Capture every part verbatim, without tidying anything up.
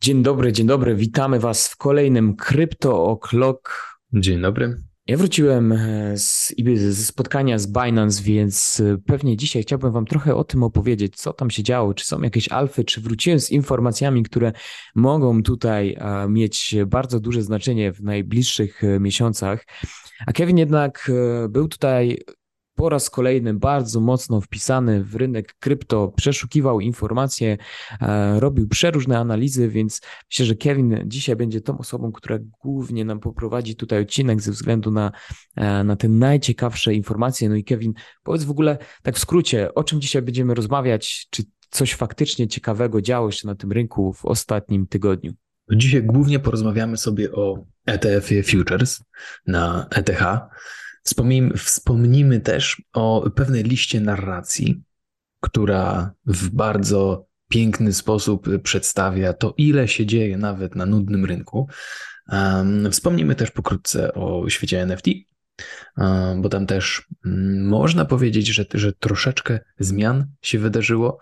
Dzień dobry, dzień dobry. Witamy Was w kolejnym Crypto O'Clock. Dzień dobry. Ja wróciłem e, z, ze spotkania z Binance, więc e, pewnie dzisiaj chciałbym Wam trochę o tym opowiedzieć, co tam się działo, czy są jakieś alfy, czy wróciłem z informacjami, które mogą tutaj e, mieć bardzo duże znaczenie w najbliższych e, miesiącach. A Kevin jednak e, był tutaj po raz kolejny bardzo mocno wpisany w rynek krypto, przeszukiwał informacje, e, robił przeróżne analizy, więc myślę, że Kevin dzisiaj będzie tą osobą, która głównie nam poprowadzi tutaj odcinek ze względu na, e, na te najciekawsze informacje. No i Kevin, powiedz w ogóle tak w skrócie, o czym dzisiaj będziemy rozmawiać, czy coś faktycznie ciekawego działo się na tym rynku w ostatnim tygodniu? Dzisiaj głównie porozmawiamy sobie o E T F-ie Futures na E T H. Wspomnimy, wspomnimy też o pewnej liście narracji, która w bardzo piękny sposób przedstawia to, ile się dzieje nawet na nudnym rynku. Um, wspomnimy też pokrótce o świecie N F T, bo tam też można powiedzieć, że, że troszeczkę zmian się wydarzyło.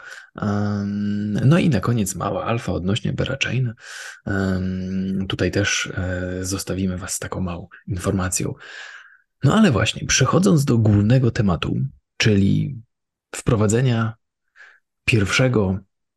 No i na koniec mała alfa odnośnie Berachain. Tutaj też zostawimy Was z taką małą informacją. No ale właśnie, przechodząc do głównego tematu, czyli wprowadzenia pierwszego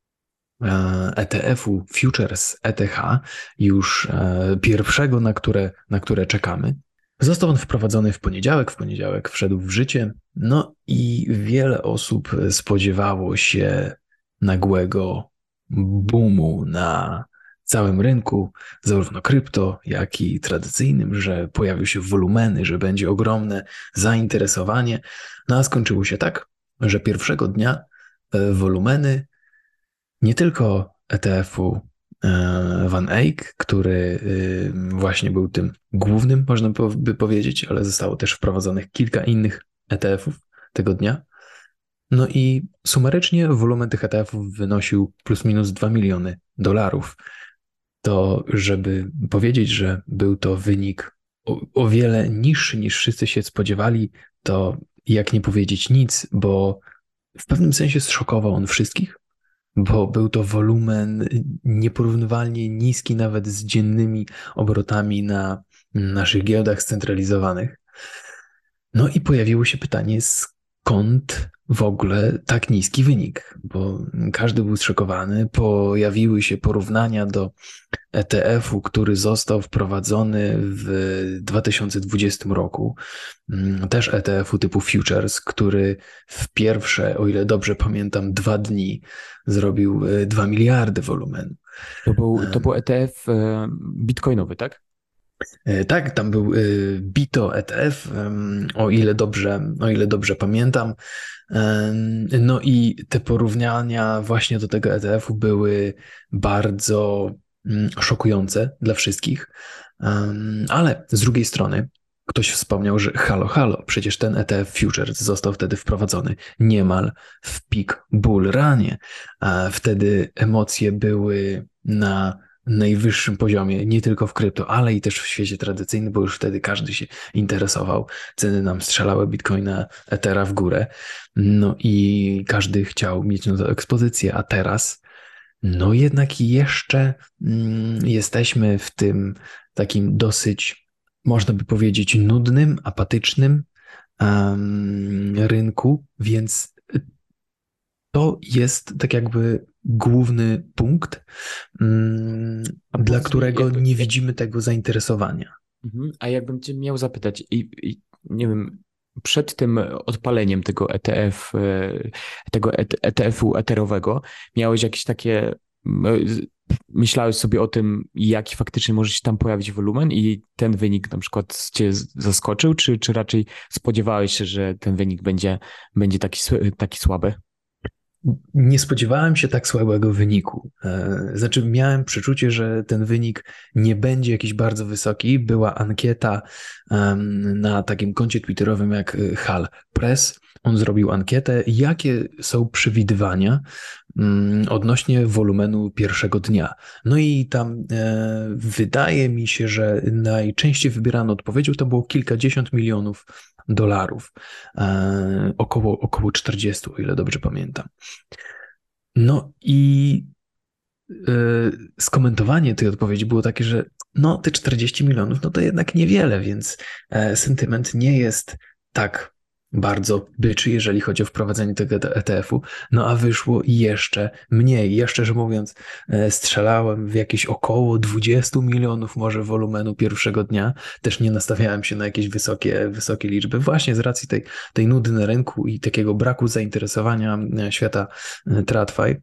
E T F-u Futures E T H, już pierwszego, na które, na które czekamy. Został on wprowadzony w poniedziałek, w poniedziałek wszedł w życie, no i wiele osób spodziewało się nagłego boomu na całym rynku, zarówno krypto, jak i tradycyjnym, że pojawią się wolumeny, że będzie ogromne zainteresowanie, no a skończyło się tak, że pierwszego dnia wolumeny nie tylko E T F-u Van Eyck, który właśnie był tym głównym, można by powiedzieć, ale zostało też wprowadzonych kilka innych E T F-ów tego dnia. No i sumarycznie wolumen tych E T F-ów wynosił plus minus dwa miliony dolarów. To, żeby powiedzieć, że był to wynik o, o wiele niższy niż wszyscy się spodziewali, to jak nie powiedzieć nic, bo w pewnym sensie zszokował on wszystkich, bo był to wolumen nieporównywalnie niski nawet z dziennymi obrotami na naszych giełdach scentralizowanych. No i pojawiło się pytanie, skąd w ogóle tak niski wynik, bo każdy był zszokowany. Pojawiły się porównania do E T F-u, który został wprowadzony w dwa tysiące dwudziestym roku, też E T F-u typu Futures, który w pierwsze, o ile dobrze pamiętam, dwa dni zrobił dwa miliardy wolumenu. To był, to był E T F bitcoinowy, tak? Tak, tam był Bito E T F, o ile dobrze, o ile dobrze pamiętam. No i te porównania właśnie do tego E T F-u były bardzo szokujące dla wszystkich. Ale z drugiej strony ktoś wspomniał, że halo, halo, przecież ten E T F Futures został wtedy wprowadzony niemal w peak bull runie, a wtedy emocje były na najwyższym poziomie, nie tylko w krypto, ale i też w świecie tradycyjnym, bo już wtedy każdy się interesował. Ceny nam strzelały Bitcoina, Ethera w górę, no i każdy chciał mieć na to ekspozycję, a teraz no jednak jeszcze mm, jesteśmy w tym takim dosyć, można by powiedzieć, nudnym, apatycznym um, rynku, więc to jest tak jakby główny punkt, um, dla którego Jakby, nie jak, widzimy tego zainteresowania. mhm. A jakbym cię miał zapytać, i, i nie wiem, przed tym odpaleniem tego E T F, e, tego E T F-u eterowego, miałeś jakieś takie, m, z- myślałeś sobie o tym, jaki faktycznie może się tam pojawić wolumen i ten wynik na przykład cię z- zaskoczył, czy, czy raczej spodziewałeś się, że ten wynik będzie, będzie taki, s- taki słaby? Nie spodziewałem się tak słabego wyniku. E, Znaczy, miałem przeczucie, że ten wynik nie będzie jakiś bardzo wysoki. Była ankieta em, na takim koncie twitterowym jak e, Hal Press. On zrobił ankietę, jakie są przewidywania mm, odnośnie wolumenu pierwszego dnia. No i tam e, wydaje mi się, że najczęściej wybieraną odpowiedzią to było kilkadziesiąt milionów dolarów. E, około, około czterdzieści, o ile dobrze pamiętam. No i skomentowanie tej odpowiedzi było takie, że no te czterdzieści milionów, no to jednak niewiele, więc sentyment nie jest tak bardzo byczy, jeżeli chodzi o wprowadzenie tego E T F-u, no a wyszło jeszcze mniej. Ja szczerze mówiąc strzelałem w jakieś około dwadzieścia milionów może wolumenu pierwszego dnia. Też nie nastawiałem się na jakieś wysokie, wysokie liczby, właśnie z racji tej, tej nudy na rynku i takiego braku zainteresowania świata TradFi.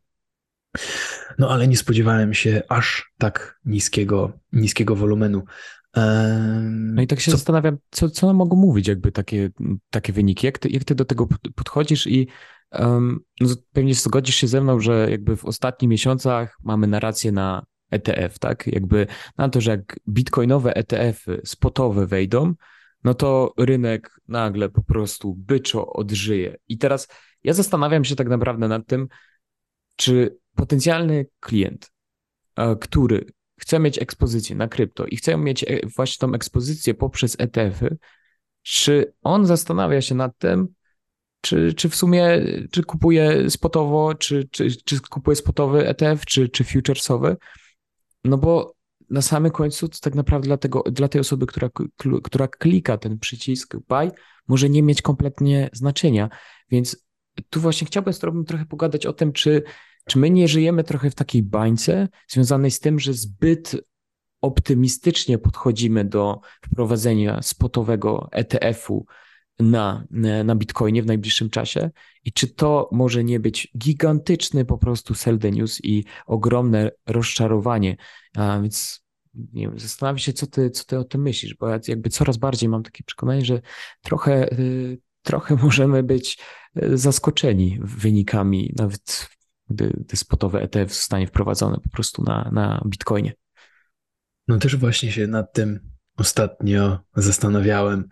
No ale nie spodziewałem się aż tak niskiego, niskiego wolumenu. No i tak się Co... zastanawiam, co, co nam mogą mówić jakby takie, takie wyniki, jak ty, jak ty do tego podchodzisz i um, no pewnie zgodzisz się ze mną, że jakby w ostatnich miesiącach mamy narrację na E T F, tak? Jakby na to, że jak bitcoinowe E T F-y spotowe wejdą, no to rynek nagle po prostu byczo odżyje. I teraz ja zastanawiam się tak naprawdę nad tym, czy potencjalny klient, który chce mieć ekspozycję na krypto i chce mieć właśnie tą ekspozycję poprzez E T F-y, czy on zastanawia się nad tym, czy, czy w sumie, czy kupuje spotowo, czy, czy, czy kupuje spotowy E T F, czy, czy futuresowy, no bo na samym końcu to tak naprawdę dla, tego, dla tej osoby, która, która klika ten przycisk buy, może nie mieć kompletnie znaczenia, więc tu właśnie chciałbym z tobą trochę pogadać o tym, czy Czy my nie żyjemy trochę w takiej bańce związanej z tym, że zbyt optymistycznie podchodzimy do wprowadzenia spotowego E T F-u na, na Bitcoinie w najbliższym czasie? I czy to może nie być gigantyczny po prostu sell the news i ogromne rozczarowanie? A więc nie wiem, zastanawiam się, co ty, co ty o tym myślisz, bo ja jakby coraz bardziej mam takie przekonanie, że trochę, trochę możemy być zaskoczeni wynikami nawet gdy, gdy spotowy E T F zostanie wprowadzony po prostu na, na Bitcoinie. No też właśnie się nad tym ostatnio zastanawiałem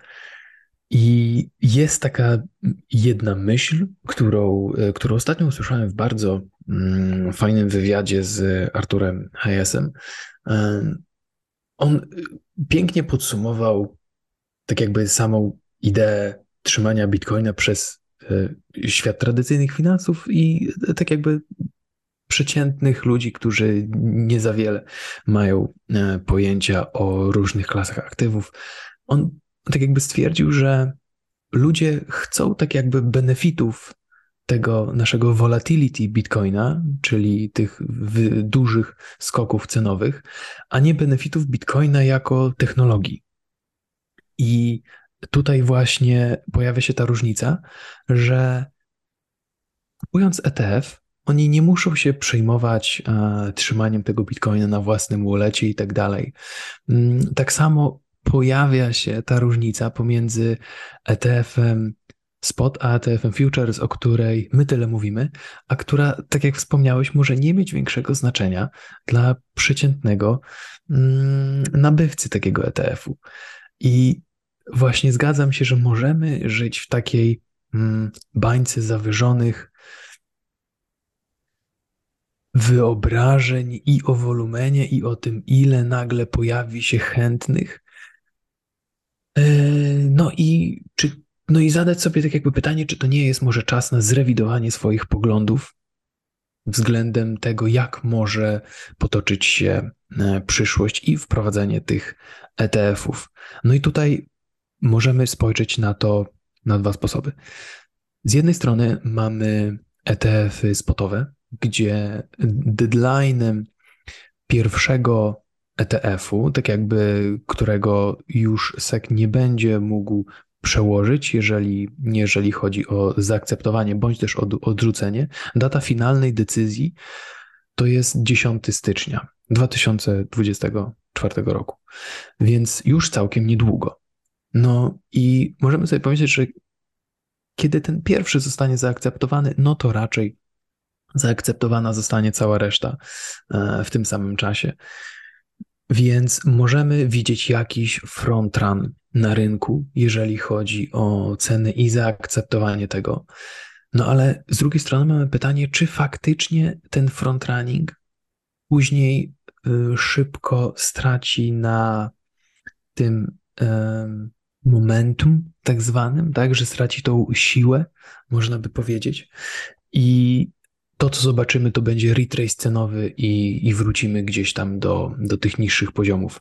i jest taka jedna myśl, którą, którą ostatnio usłyszałem w bardzo mm, fajnym wywiadzie z Arturem Hayesem. On pięknie podsumował tak jakby samą ideę trzymania Bitcoina przez świat tradycyjnych finansów i tak jakby przeciętnych ludzi, którzy nie za wiele mają pojęcia o różnych klasach aktywów. On tak jakby stwierdził, że ludzie chcą tak jakby benefitów tego naszego volatility Bitcoina, czyli tych dużych skoków cenowych, a nie benefitów Bitcoina jako technologii. I tutaj właśnie pojawia się ta różnica, że kupując E T F, oni nie muszą się przejmować e, trzymaniem tego Bitcoina na własnym wallecie i tak dalej. Tak samo pojawia się ta różnica pomiędzy E T F-em Spot a E T F-em Futures, o której my tyle mówimy, a która, tak jak wspomniałeś, może nie mieć większego znaczenia dla przeciętnego mm, nabywcy takiego E T F-u. I właśnie zgadzam się, że możemy żyć w takiej mm, bańce zawyżonych wyobrażeń i o wolumenie, i o tym, ile nagle pojawi się chętnych. No i, czy, no i zadać sobie tak jakby pytanie, czy to nie jest może czas na zrewidowanie swoich poglądów względem tego, jak może potoczyć się przyszłość i wprowadzenie tych E T F-ów. No i tutaj możemy spojrzeć na to na dwa sposoby. Z jednej strony mamy E T F-y spotowe, gdzie deadline'em pierwszego E T F-u, tak jakby którego już S E C nie będzie mógł przełożyć, jeżeli, jeżeli chodzi o zaakceptowanie bądź też od, odrzucenie, data finalnej decyzji to jest dziesiątego stycznia dwa tysiące dwudziestego czwartego roku, więc już całkiem niedługo. No i możemy sobie powiedzieć, że kiedy ten pierwszy zostanie zaakceptowany, no to raczej zaakceptowana zostanie cała reszta w tym samym czasie. Więc możemy widzieć jakiś frontrun na rynku, jeżeli chodzi o ceny i zaakceptowanie tego. No ale z drugiej strony mamy pytanie, czy faktycznie ten frontrunning później szybko straci na tym um, momentum tak zwanym, tak, że straci tą siłę, można by powiedzieć. I to, co zobaczymy, to będzie retrace cenowy i, i wrócimy gdzieś tam do, do tych niższych poziomów.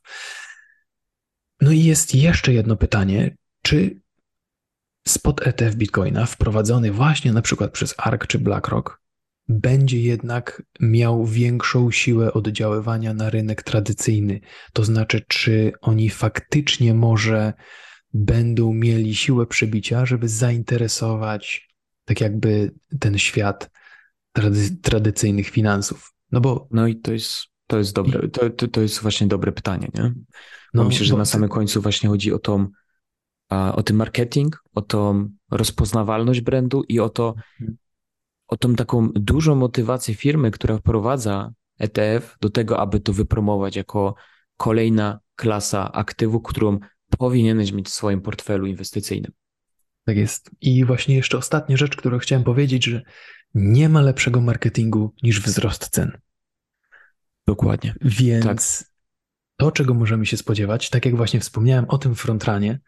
No i jest jeszcze jedno pytanie, czy spot E T F Bitcoina wprowadzony właśnie na przykład przez A R K czy BlackRock będzie jednak miał większą siłę oddziaływania na rynek tradycyjny. To znaczy, czy oni faktycznie może będą mieli siłę przebicia, żeby zainteresować tak jakby ten świat trady- tradycyjnych finansów. No bo... No i to jest, to jest dobre, to, to, to jest właśnie dobre pytanie, nie? Bo No, myślę, że bo na ty, samym końcu właśnie chodzi o tą, a, o ten marketing, o tą rozpoznawalność brandu i o to, o tą taką dużą motywację firmy, która wprowadza E T F do tego, aby to wypromować jako kolejna klasa aktywu, którą powinieneś mieć w swoim portfelu inwestycyjnym. tak jest. I właśnie jeszcze ostatnia rzecz, którą chciałem powiedzieć, że nie ma lepszego marketingu niż wzrost cen. Dokładnie. Więc Tak. to, czego możemy się spodziewać, tak jak właśnie wspomniałem o tym frontranie,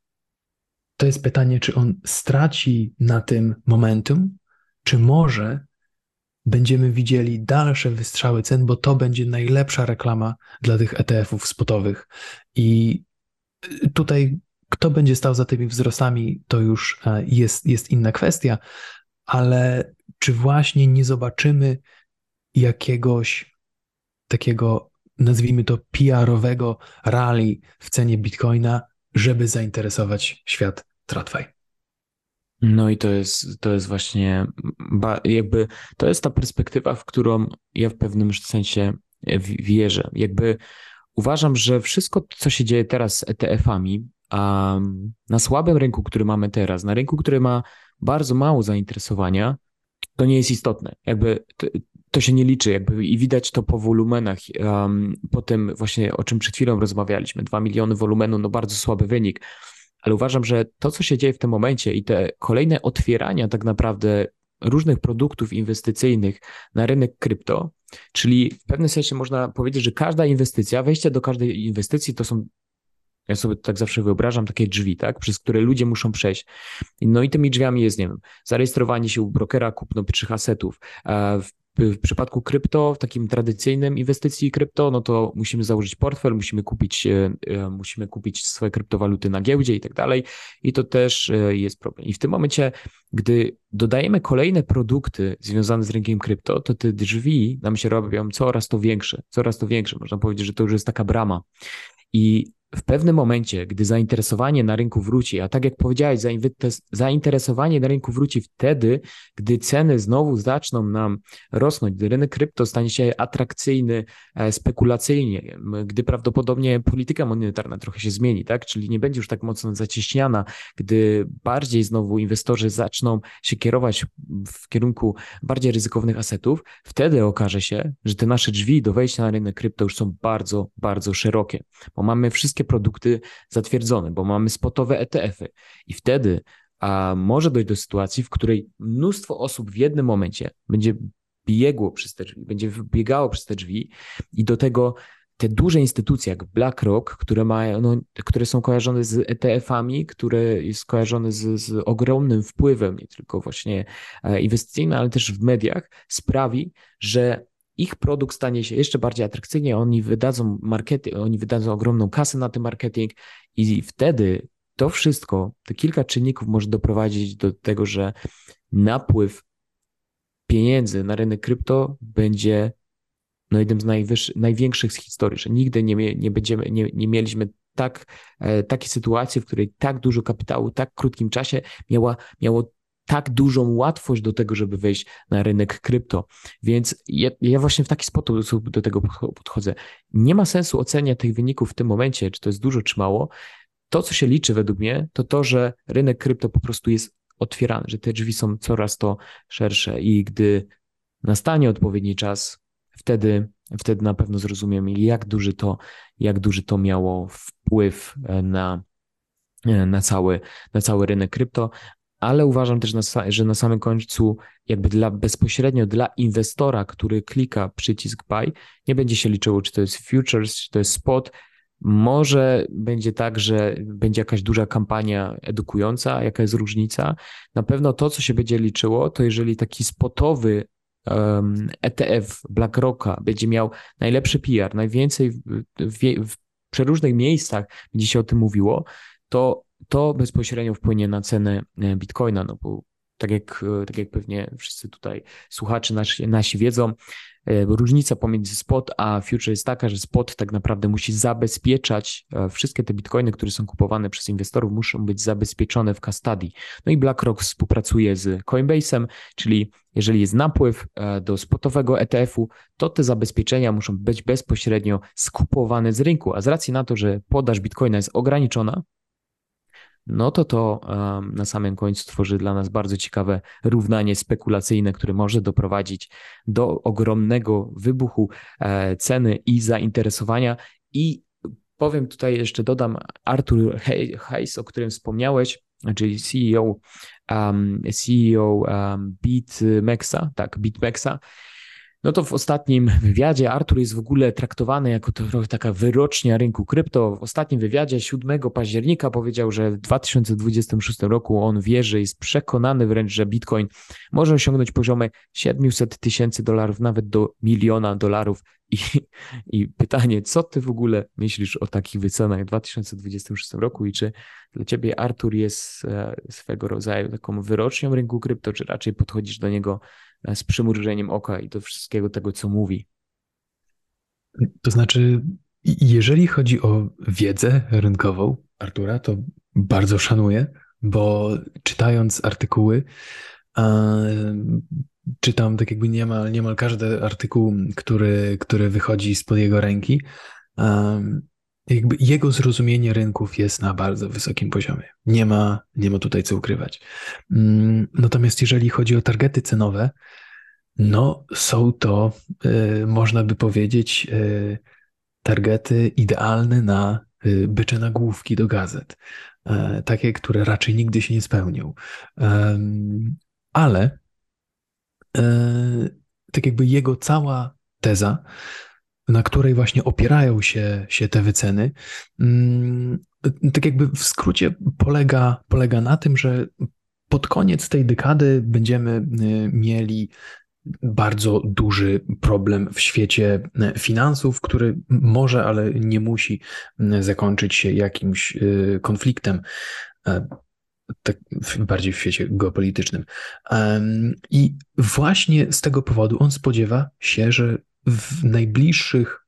to jest pytanie, czy on straci na tym momentum, czy może będziemy widzieli dalsze wystrzały cen, bo to będzie najlepsza reklama dla tych E T F-ów spotowych. I tutaj kto będzie stał za tymi wzrostami, to już jest, jest inna kwestia, ale czy właśnie nie zobaczymy jakiegoś takiego, nazwijmy to P R-owego rally w cenie Bitcoina, żeby zainteresować świat TradFi? No i to jest, to jest właśnie ba, jakby to jest ta perspektywa, w którą ja w pewnym sensie w- wierzę. Jakby uważam, że wszystko, co się dzieje teraz z E T F-ami, a na słabym rynku, który mamy teraz, na rynku, który ma bardzo mało zainteresowania, to nie jest istotne. Jakby to, to się nie liczy, jakby i widać to po wolumenach. Um, po tym właśnie, o czym przed chwilą rozmawialiśmy, dwa miliony wolumenu, no bardzo słaby wynik. Ale uważam, że to, co się dzieje w tym momencie i te kolejne otwierania tak naprawdę różnych produktów inwestycyjnych na rynek krypto, czyli w pewnym sensie można powiedzieć, że każda inwestycja, wejście do każdej inwestycji to są, ja sobie tak zawsze wyobrażam, takie drzwi, tak, przez które ludzie muszą przejść. No i tymi drzwiami jest, nie wiem, zarejestrowanie się u brokera, kupno pierwszych asetów. W w przypadku krypto, w takim tradycyjnym inwestycji krypto, no to musimy założyć portfel, musimy kupić, e, e, musimy kupić swoje kryptowaluty na giełdzie i tak dalej. I to też e, jest problem. I w tym momencie, gdy dodajemy kolejne produkty związane z rynkiem krypto, to te drzwi nam się robią coraz to większe, coraz to większe. Można powiedzieć, że to już jest taka brama. I w pewnym momencie, gdy zainteresowanie na rynku wróci, a tak jak powiedziałeś, zainteresowanie na rynku wróci wtedy, gdy ceny znowu zaczną nam rosnąć, gdy rynek krypto stanie się atrakcyjny spekulacyjnie, gdy prawdopodobnie polityka monetarna trochę się zmieni, tak? Czyli nie będzie już tak mocno zacieśniana, gdy bardziej znowu inwestorzy zaczną się kierować w kierunku bardziej ryzykownych asetów, wtedy okaże się, że te nasze drzwi do wejścia na rynek krypto już są bardzo, bardzo szerokie, bo mamy wszystkie produkty zatwierdzone, bo mamy spotowe E T F-y i wtedy a może dojść do sytuacji, w której mnóstwo osób w jednym momencie będzie biegło przez te drzwi, będzie biegało przez te drzwi i do tego te duże instytucje jak BlackRock, które mają, no, które są kojarzone z E T F-ami, które jest kojarzone z, z ogromnym wpływem, nie tylko właśnie inwestycyjnym, ale też w mediach, sprawi, że ich produkt stanie się jeszcze bardziej atrakcyjny, oni wydadzą markety, oni wydadzą ogromną kasę na ten marketing i wtedy to wszystko, te kilka czynników może doprowadzić do tego, że napływ pieniędzy na rynek krypto będzie no jednym z najwyższych, największych z historii, że nigdy nie, nie, będziemy, nie, nie mieliśmy tak, e, takiej sytuacji, w której tak dużo kapitału w tak krótkim czasie miała, miało tak dużą łatwość do tego, żeby wejść na rynek krypto. Więc ja, ja właśnie w taki sposób do tego podchodzę. Nie ma sensu oceniać tych wyników w tym momencie, czy to jest dużo, czy mało. To, co się liczy według mnie, to to, że rynek krypto po prostu jest otwierany, że te drzwi są coraz to szersze i gdy nastanie odpowiedni czas, wtedy, wtedy na pewno zrozumiemy, jak duży to, jak duży to miało wpływ na, na, cały, na cały rynek krypto, ale uważam też, że na samym końcu jakby dla, bezpośrednio dla inwestora, który klika przycisk buy, nie będzie się liczyło, czy to jest futures, czy to jest spot. Może będzie tak, że będzie jakaś duża kampania edukująca, jaka jest różnica. Na pewno to, co się będzie liczyło, to jeżeli taki spotowy E T F BlackRocka będzie miał najlepszy P R, najwięcej w, w, w przeróżnych miejscach, gdzie się o tym mówiło, to to bezpośrednio wpłynie na cenę Bitcoina, no bo tak jak, tak jak pewnie wszyscy tutaj słuchacze nasi, nasi wiedzą, różnica pomiędzy spot a future jest taka, że spot tak naprawdę musi zabezpieczać wszystkie te bitcoiny, które są kupowane przez inwestorów, muszą być zabezpieczone w custody. No i BlackRock współpracuje z Coinbase'em, czyli jeżeli jest napływ do spotowego E T F-u, to te zabezpieczenia muszą być bezpośrednio skupowane z rynku, a z racji na to, że podaż bitcoina jest ograniczona, no to to um, na samym końcu tworzy dla nas bardzo ciekawe równanie spekulacyjne, które może doprowadzić do ogromnego wybuchu e, ceny i zainteresowania. I powiem tutaj jeszcze, dodam, Arthur Hayes, o którym wspomniałeś, czyli C E O, um, C E O um, BitMEXa, tak, BitMEXa. No to w ostatnim wywiadzie Artur jest w ogóle traktowany jako trochę taka wyrocznia rynku krypto. W ostatnim wywiadzie siódmego października powiedział, że w dwa tysiące dwudziestym szóstym roku on wierzy, jest przekonany wręcz, że Bitcoin może osiągnąć poziomy siedemset tysięcy dolarów, nawet do miliona dolarów. I, I pytanie, co ty w ogóle myślisz o takich wycenach w dwa tysiące dwudziestym szóstym roku i czy dla ciebie Artur jest e, swego rodzaju taką wyrocznią rynku krypto, czy raczej podchodzisz do niego z przymrużeniem oka i do wszystkiego tego, co mówi? To znaczy, jeżeli chodzi o wiedzę rynkową Artura, to bardzo szanuję, bo czytając artykuły, czytam tak jakby niemal, niemal każdy artykuł, który, który wychodzi spod jego ręki, jakby jego zrozumienie rynków jest na bardzo wysokim poziomie. Nie ma, nie ma tutaj co ukrywać. Natomiast jeżeli chodzi o targety cenowe, no są to, y, można by powiedzieć, y, targety idealne na y, bycze nagłówki do gazet. Y, takie, które raczej nigdy się nie spełnią. Y, ale y, tak jakby jego cała teza, na której właśnie opierają się, się te wyceny, tak jakby w skrócie polega, polega na tym, że pod koniec tej dekady będziemy mieli bardzo duży problem w świecie finansów, który może, ale nie musi zakończyć się jakimś konfliktem, tak bardziej w świecie geopolitycznym. I właśnie z tego powodu on spodziewa się, że w najbliższych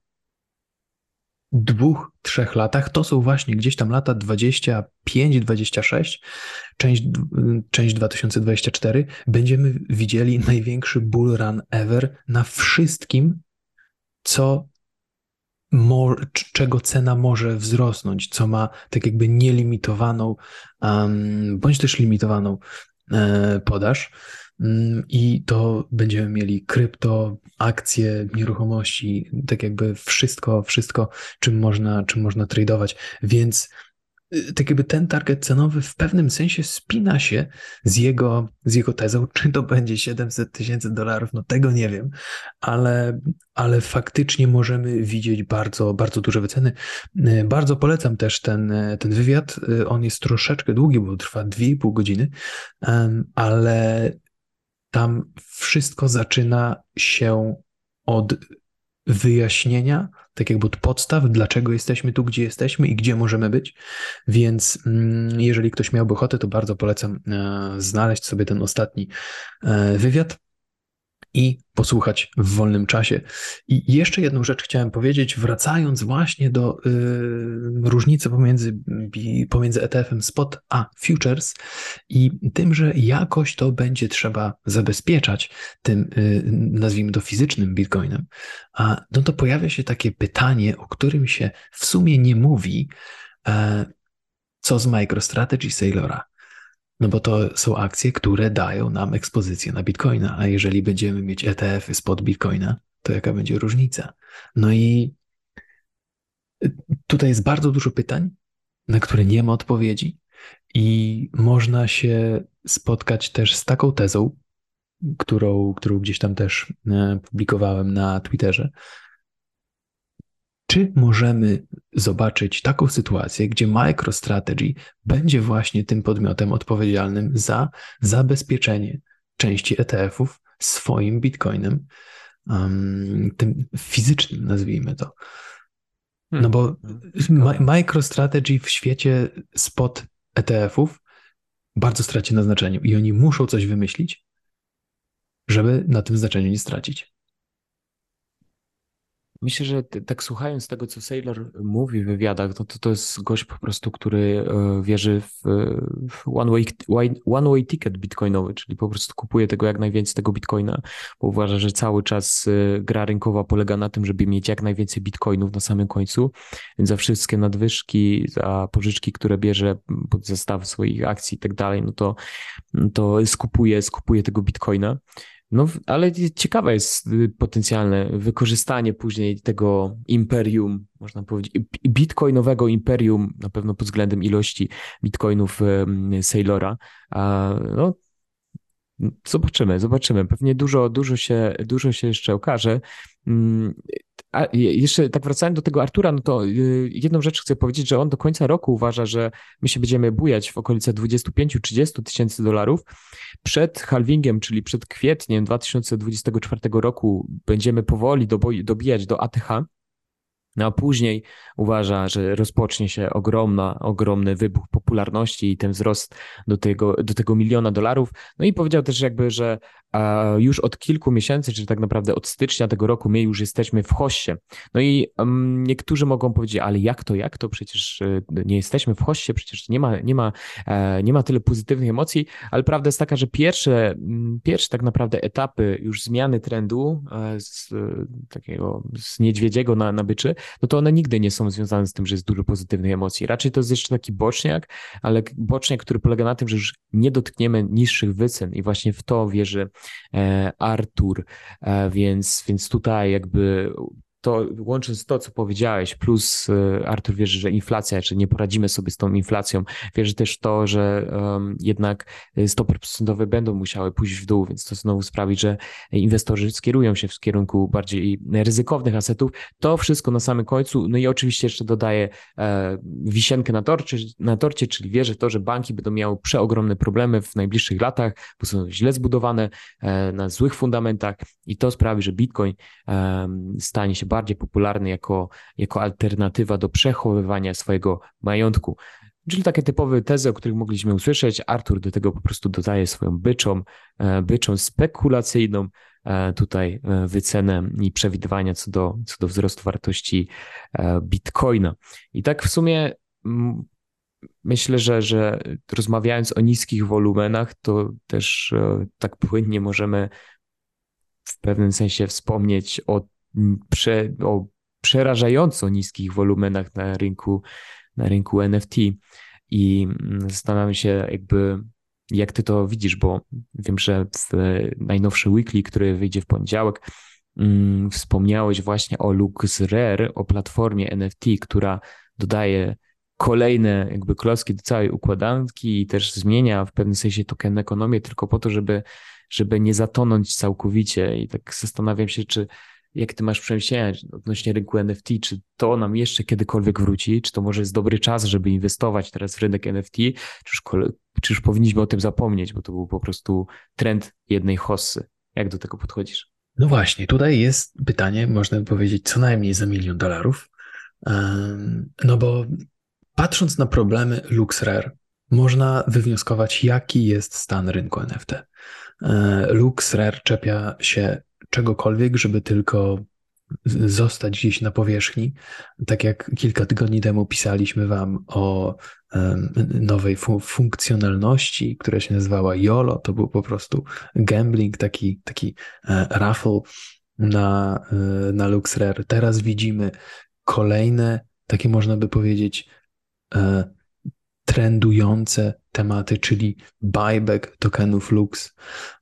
dwóch, trzech latach, to są właśnie gdzieś tam lata dwadzieścia pięć, dwadzieścia sześć, część, część dwa tysiące dwadzieścia cztery, będziemy widzieli największy bull run ever na wszystkim, co mo, czego cena może wzrosnąć, co ma tak jakby nielimitowaną, um, bądź też limitowaną e, podaż. I to będziemy mieli krypto, akcje, nieruchomości, tak jakby wszystko, wszystko, czym można, czym można tradować. Więc tak jakby ten target cenowy w pewnym sensie spina się z jego, z jego tezą. Czy to będzie siedemset tysięcy dolarów, no tego nie wiem, ale, ale faktycznie możemy widzieć bardzo, bardzo duże wyceny. Bardzo polecam też ten, ten wywiad. On jest troszeczkę długi, bo trwa dwie i pół godziny, ale tam wszystko zaczyna się od wyjaśnienia, tak jakby od podstaw, dlaczego jesteśmy tu, gdzie jesteśmy i gdzie możemy być. Więc jeżeli ktoś miałby ochotę, to bardzo polecam znaleźć sobie ten ostatni wywiad i posłuchać w wolnym czasie. I jeszcze jedną rzecz chciałem powiedzieć, wracając właśnie do y, różnicy pomiędzy, pomiędzy E T F-em Spot a Futures i tym, że jakoś to będzie trzeba zabezpieczać tym, y, nazwijmy to fizycznym Bitcoinem, a no to pojawia się takie pytanie, o którym się w sumie nie mówi, e, co z MicroStrategy Saylora. No bo to są akcje, które dają nam ekspozycję na Bitcoina, a jeżeli będziemy mieć E T F-y spod Bitcoina, to jaka będzie różnica? No i tutaj jest bardzo dużo pytań, na które nie ma odpowiedzi i można się spotkać też z taką tezą, którą, którą gdzieś tam też publikowałem na Twitterze. Czy możemy zobaczyć taką sytuację, gdzie MicroStrategy będzie właśnie tym podmiotem odpowiedzialnym za zabezpieczenie części E T F-ów swoim bitcoinem, um, tym fizycznym, nazwijmy to. No bo Hmm. MicroStrategy w świecie spot E T F-ów bardzo straci na znaczeniu i oni muszą coś wymyślić, żeby na tym znaczeniu nie stracić. Myślę, że t- tak słuchając tego, co Saylor mówi w wywiadach, no to to jest gość po prostu, który e, wierzy w, w one way, one way ticket bitcoinowy, czyli po prostu kupuje tego jak najwięcej tego bitcoina, bo uważa, że cały czas e, gra rynkowa polega na tym, żeby mieć jak najwięcej bitcoinów na samym końcu, więc za wszystkie nadwyżki, za pożyczki, które bierze pod zastaw swoich akcji i tak dalej, no to, to skupuje, skupuje tego bitcoina. No, w- ale ciekawe jest y, potencjalne wykorzystanie później tego imperium, można powiedzieć, i- bitcoinowego imperium, na pewno pod względem ilości bitcoinów em, Saylora. A, no, zobaczymy, zobaczymy. Pewnie dużo, dużo się, dużo się jeszcze okaże. Mm, A je- jeszcze tak wracając do tego Artura, no to y, jedną rzecz chcę powiedzieć, że on do końca roku uważa, że my się będziemy bujać w okolice dwadzieścia pięć do trzydziestu tysięcy dolarów. Przed halvingiem, czyli przed kwietniem dwa tysiące dwudziestego czwartego roku będziemy powoli doboj- dobijać do A T H. No a później uważa, że rozpocznie się ogromna, ogromny wybuch popularności i ten wzrost do tego, do tego miliona dolarów. No i powiedział też jakby, że a, już od kilku miesięcy, czy tak naprawdę od stycznia tego roku, my już jesteśmy w hossie. No i um, niektórzy mogą powiedzieć, ale jak to, jak to? Przecież y, nie jesteśmy w hossie, przecież nie ma, nie ma, e, nie ma tyle pozytywnych emocji, ale prawda jest taka, że pierwsze, m, pierwsze tak naprawdę etapy już zmiany trendu e, z e, takiego z niedźwiedziego na, na byczy, no to one nigdy nie są związane z tym, że jest dużo pozytywnych emocji. Raczej to jest jeszcze taki boczniak, ale boczniak, który polega na tym, że już nie dotkniemy niższych wycen i właśnie w to wierzy e, Artur, e, więc, więc tutaj jakby to łącząc to, co powiedziałeś, plus e, Artur wierzy, że inflacja, czy nie poradzimy sobie z tą inflacją, wierzy też w to, że um, jednak stopy procentowe będą musiały pójść w dół, więc to znowu sprawi, że inwestorzy skierują się w kierunku bardziej ryzykownych asetów. To wszystko na samym końcu, no i oczywiście jeszcze dodaję e, wisienkę na torcie, na torcie, czyli wierzę w to, że banki będą miały przeogromne problemy w najbliższych latach, bo są źle zbudowane, e, na złych fundamentach i to sprawi, że Bitcoin e, stanie się bardziej popularny jako, jako alternatywa do przechowywania swojego majątku. Czyli takie typowe tezy, o których mogliśmy usłyszeć. Artur do tego po prostu dodaje swoją byczą, e, byczą spekulacyjną e, tutaj e, wycenę i przewidywania co do, co do wzrostu wartości e, Bitcoina. I tak w sumie mm, myślę, że, że rozmawiając o niskich wolumenach, to też e, tak płynnie możemy w pewnym sensie wspomnieć o, mm, prze, o przerażająco niskich wolumenach na rynku, na rynku N F T. I mm, zastanawiam się jakby, jak ty to widzisz, bo wiem, że w najnowszy weekly, który wyjdzie w poniedziałek, mm, wspomniałeś właśnie o LuxRare, o platformie N F T, która dodaje kolejne jakby klocki do całej układanki i też zmienia w pewnym sensie token ekonomię tylko po to, żeby, żeby nie zatonąć całkowicie. I tak zastanawiam się, czy jak ty masz przemyślenia odnośnie rynku N F T, czy to nam jeszcze kiedykolwiek wróci, czy to może jest dobry czas, żeby inwestować teraz w rynek N F T, czy już, kole- czy już powinniśmy o tym zapomnieć, bo to był po prostu trend jednej hossy. Jak do tego podchodzisz? No właśnie, tutaj jest pytanie, można by powiedzieć, co najmniej za milion dolarów. Um, no bo patrząc na problemy LuxRare, można wywnioskować, jaki jest stan rynku N F T. E, LuxRare czepia się czegokolwiek, żeby tylko z- zostać gdzieś na powierzchni. Tak jak kilka tygodni temu pisaliśmy wam o em, nowej fu- funkcjonalności, która się nazywała YOLO. To był po prostu gambling, taki, taki e, raffle na, e, na LuxRare. Teraz widzimy kolejne, takie można by powiedzieć, e, trendujące tematy, czyli buyback tokenów Lux,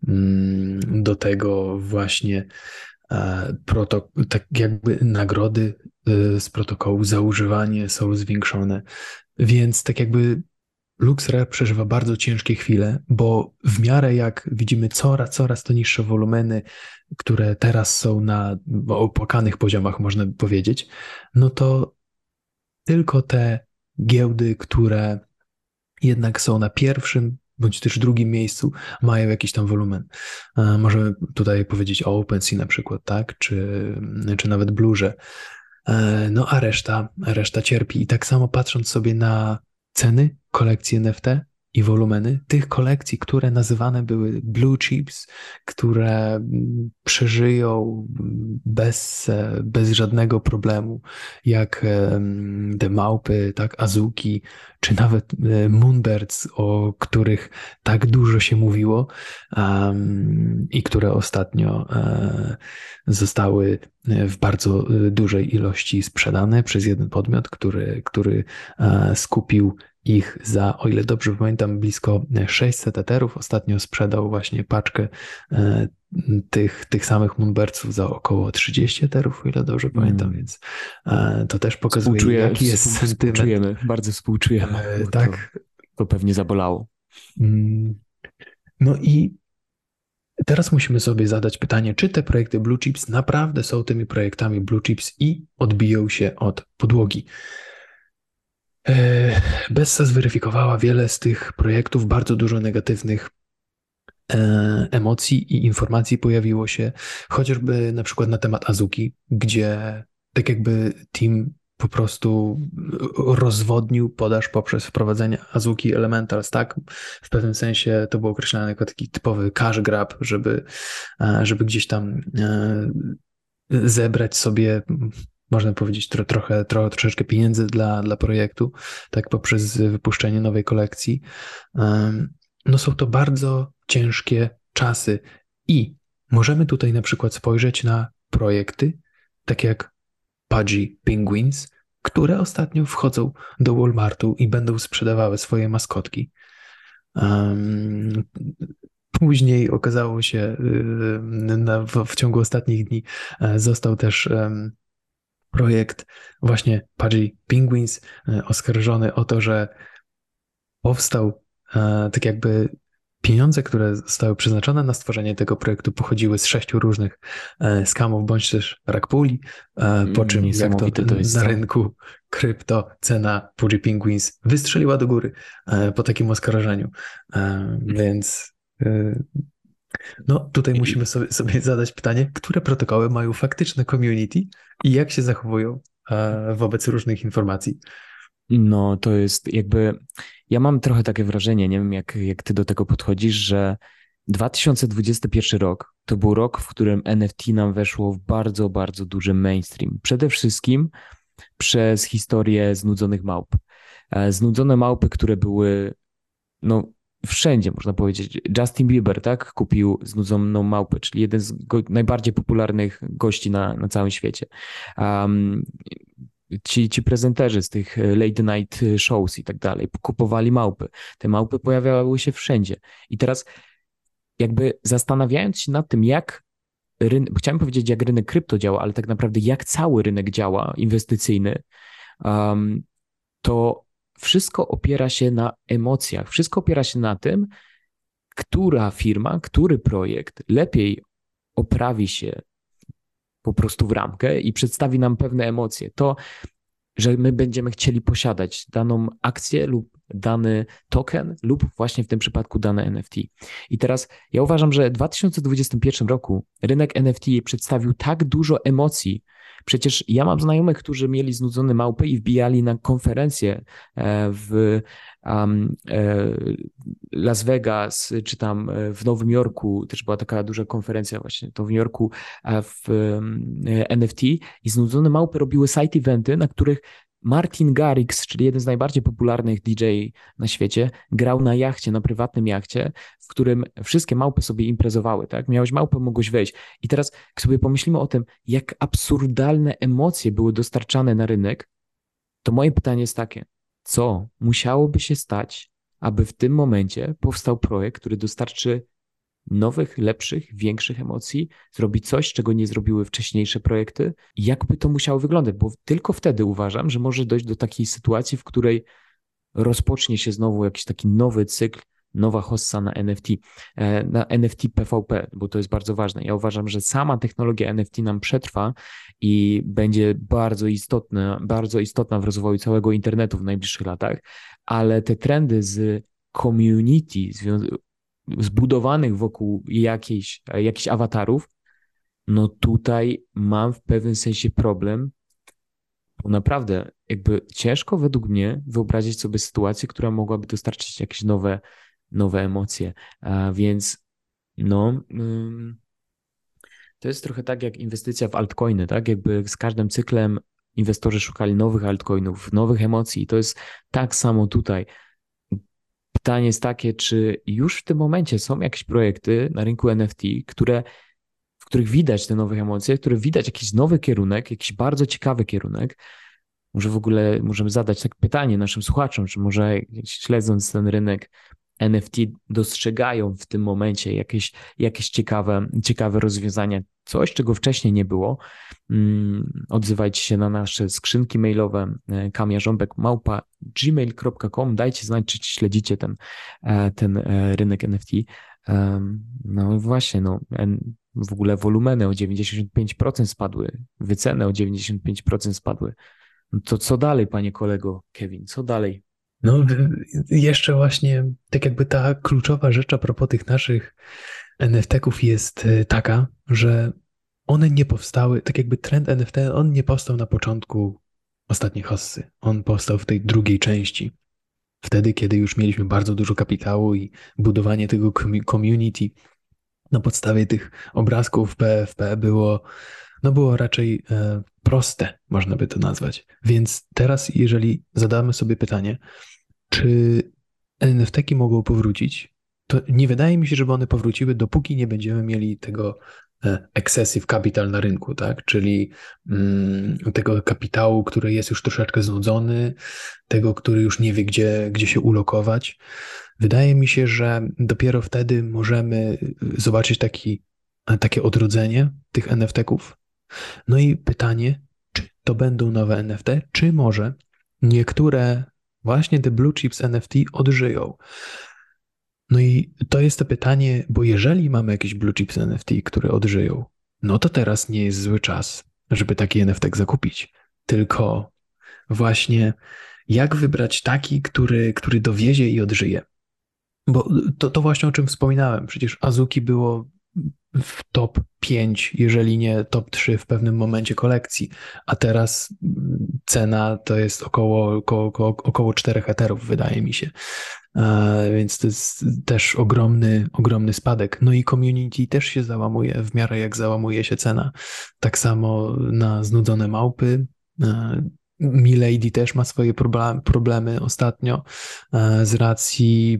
mm, do tego właśnie e, proto- tak jakby nagrody e, z protokołu za używanie są zwiększone, więc tak jakby LuxRare przeżywa bardzo ciężkie chwile, bo w miarę jak widzimy coraz, coraz to niższe wolumeny, które teraz są na opłakanych poziomach, można by powiedzieć, no to tylko te giełdy, które jednak są na pierwszym bądź też drugim miejscu mają jakiś tam wolumen. Możemy tutaj powiedzieć o OpenSea na przykład, tak? Czy, czy nawet Blurze. No a reszta, reszta cierpi. I tak samo patrząc sobie na ceny kolekcji N F T i wolumeny tych kolekcji, które nazywane były blue chips, które przeżyją bez, bez żadnego problemu, jak te małpy, tak, Azuki, czy nawet Moonbirds, o których tak dużo się mówiło um, i które ostatnio um, zostały w bardzo dużej ilości sprzedane przez jeden podmiot, który, który um, skupił ich za, o ile dobrze pamiętam, blisko sześćset eterów. Ostatnio sprzedał właśnie paczkę e, tych, tych samych Moonbirdsów za około trzydzieści eterów, o ile dobrze pamiętam, mm. więc e, to też pokazuje, Współczuję, jaki jest sentyment. Współczujemy, bardzo współczujemy. E, tak. To, to pewnie zabolało. No i teraz musimy sobie zadać pytanie, czy te projekty Blue Chips naprawdę są tymi projektami Blue Chips i odbiją się od podłogi. Bessa zweryfikowała wiele z tych projektów, bardzo dużo negatywnych emocji i informacji pojawiło się, chociażby na przykład na temat Azuki, gdzie tak jakby team po prostu rozwodnił podaż poprzez wprowadzenie Azuki Elementals, tak? W pewnym sensie to było określane jako taki typowy cash grab, żeby, żeby gdzieś tam zebrać sobie, można powiedzieć, tro, trochę, trochę, troszeczkę pieniędzy dla, dla projektu, tak poprzez wypuszczenie nowej kolekcji. No są to bardzo ciężkie czasy i możemy tutaj na przykład spojrzeć na projekty, tak jak Pudgy Penguins, które ostatnio wchodzą do Walmartu i będą sprzedawały swoje maskotki. Um, później okazało się, na, w, w ciągu ostatnich dni został też um, projekt właśnie Pudgy Penguins oskarżony o to, że powstał e, tak jakby pieniądze, które zostały przeznaczone na stworzenie tego projektu, pochodziły z sześciu różnych e, skamów, bądź też rug pulli, e, po czym jak to, to jest na to. rynku krypto cena Pudgy Penguins wystrzeliła do góry e, po takim oskarżeniu. E, więc e, no tutaj musimy sobie, sobie zadać pytanie, które protokoły mają faktyczne community i jak się zachowują e, wobec różnych informacji. No to jest jakby, ja mam trochę takie wrażenie, nie wiem jak, jak ty do tego podchodzisz, że dwa tysiące dwudziesty pierwszy rok to był rok, w którym N F T nam weszło w bardzo, bardzo duży mainstream. Przede wszystkim przez historię znudzonych małp. Znudzone małpy, które były no wszędzie, można powiedzieć. Justin Bieber, tak, kupił znudzoną małpę, czyli jeden z go- najbardziej popularnych gości na, na całym świecie. Um, Ci, ci prezenterzy z tych late night shows i tak dalej kupowali małpy. Te małpy pojawiały się wszędzie. I teraz jakby zastanawiając się nad tym, jak rynek, chciałem powiedzieć, jak rynek krypto działa, ale tak naprawdę jak cały rynek działa, inwestycyjny, um, to wszystko opiera się na emocjach. Wszystko opiera się na tym, która firma, który projekt lepiej oprawi się po prostu w ramkę i przedstawi nam pewne emocje. To, że my będziemy chcieli posiadać daną akcję lub dany token lub właśnie w tym przypadku dane N F T. I teraz ja uważam, że w dwa tysiące dwudziestym pierwszym roku rynek N F T przedstawił tak dużo emocji. Przecież ja mam znajomych, którzy mieli znudzone małpy i wbijali na konferencję w um, Las Vegas, czy tam w Nowym Jorku, też była taka duża konferencja właśnie to w Nowym Jorku w N F T i znudzone małpy robiły side eventy, na których Martin Garrix, czyli jeden z najbardziej popularnych D J na świecie, grał na jachcie, na prywatnym jachcie, w którym wszystkie małpy sobie imprezowały, tak? Miałeś małpę, mogłeś wejść. I teraz jak sobie pomyślimy o tym, jak absurdalne emocje były dostarczane na rynek, to moje pytanie jest takie, co musiałoby się stać, aby w tym momencie powstał projekt, który dostarczy nowych, lepszych, większych emocji, zrobi coś, czego nie zrobiły wcześniejsze projekty. Jakby to musiało wyglądać, bo tylko wtedy uważam, że może dojść do takiej sytuacji, w której rozpocznie się znowu jakiś taki nowy cykl, nowa hossa na N F T, na N F T P V P, bo to jest bardzo ważne. Ja uważam, że sama technologia N F T nam przetrwa i będzie bardzo istotna, bardzo istotna w rozwoju całego internetu w najbliższych latach, ale te trendy z community zwią- zbudowanych wokół jakiejś, jakichś awatarów, no tutaj mam w pewnym sensie problem, bo naprawdę jakby ciężko według mnie wyobrazić sobie sytuację, która mogłaby dostarczyć jakieś nowe, nowe emocje. A więc no, ym, to jest trochę tak jak inwestycja w altcoiny, tak? Jakby z każdym cyklem inwestorzy szukali nowych altcoinów, nowych emocji. I to jest tak samo tutaj. Pytanie jest takie, czy już w tym momencie są jakieś projekty na rynku N F T, które, w których widać te nowe emocje, w których widać jakiś nowy kierunek, jakiś bardzo ciekawy kierunek. Może w ogóle możemy zadać takie pytanie naszym słuchaczom, czy może śledząc ten rynek N F T dostrzegają w tym momencie jakieś, jakieś ciekawe, ciekawe rozwiązania, coś, czego wcześniej nie było. Mm, Odzywajcie się na nasze skrzynki mailowe e, kamiarząbek małpa gmail kropka com. Dajcie znać, czy śledzicie ten, e, ten e, rynek N F T. Em, No i właśnie, no, en- w ogóle wolumeny o dziewięćdziesiąt pięć procent spadły, wyceny o dziewięćdziesiąt pięć procent spadły. No to co dalej, panie kolego Kevin, co dalej? No, w- jeszcze właśnie tak jakby ta kluczowa rzecz a propos tych naszych N F T-ków jest y, taka, że one nie powstały, tak jakby trend N F T, on nie powstał na początku ostatniej hossy. On powstał w tej drugiej części. Wtedy, kiedy już mieliśmy bardzo dużo kapitału i budowanie tego commu- community na podstawie tych obrazków P F P było, no było raczej e, proste, można by to nazwać. Więc teraz, jeżeli zadamy sobie pytanie, czy N F T-ki mogą powrócić, to nie wydaje mi się, żeby one powróciły, dopóki nie będziemy mieli tego e, excessive capital na rynku, tak? Czyli mm, tego kapitału, który jest już troszeczkę znudzony, tego, który już nie wie, gdzie, gdzie się ulokować. Wydaje mi się, że dopiero wtedy możemy zobaczyć taki, takie odrodzenie tych N F T-ków. No i pytanie, czy to będą nowe N F T, czy może niektóre właśnie te blue chips N F T odżyją. No i to jest to pytanie, bo jeżeli mamy jakieś blue chips N F T, które odżyją, no to teraz nie jest zły czas, żeby taki N F T zakupić. Tylko właśnie jak wybrać taki, który, który dowiezie i odżyje. Bo to, to właśnie o czym wspominałem. Przecież Azuki było w top pięć, jeżeli nie top trzy w pewnym momencie kolekcji, a teraz cena to jest około, około, około, około czterech eterów, wydaje mi się. E, więc to jest też ogromny, ogromny spadek. No i community też się załamuje w miarę jak załamuje się cena. Tak samo na znudzone małpy. E, Milady też ma swoje problemy, problemy ostatnio e, z racji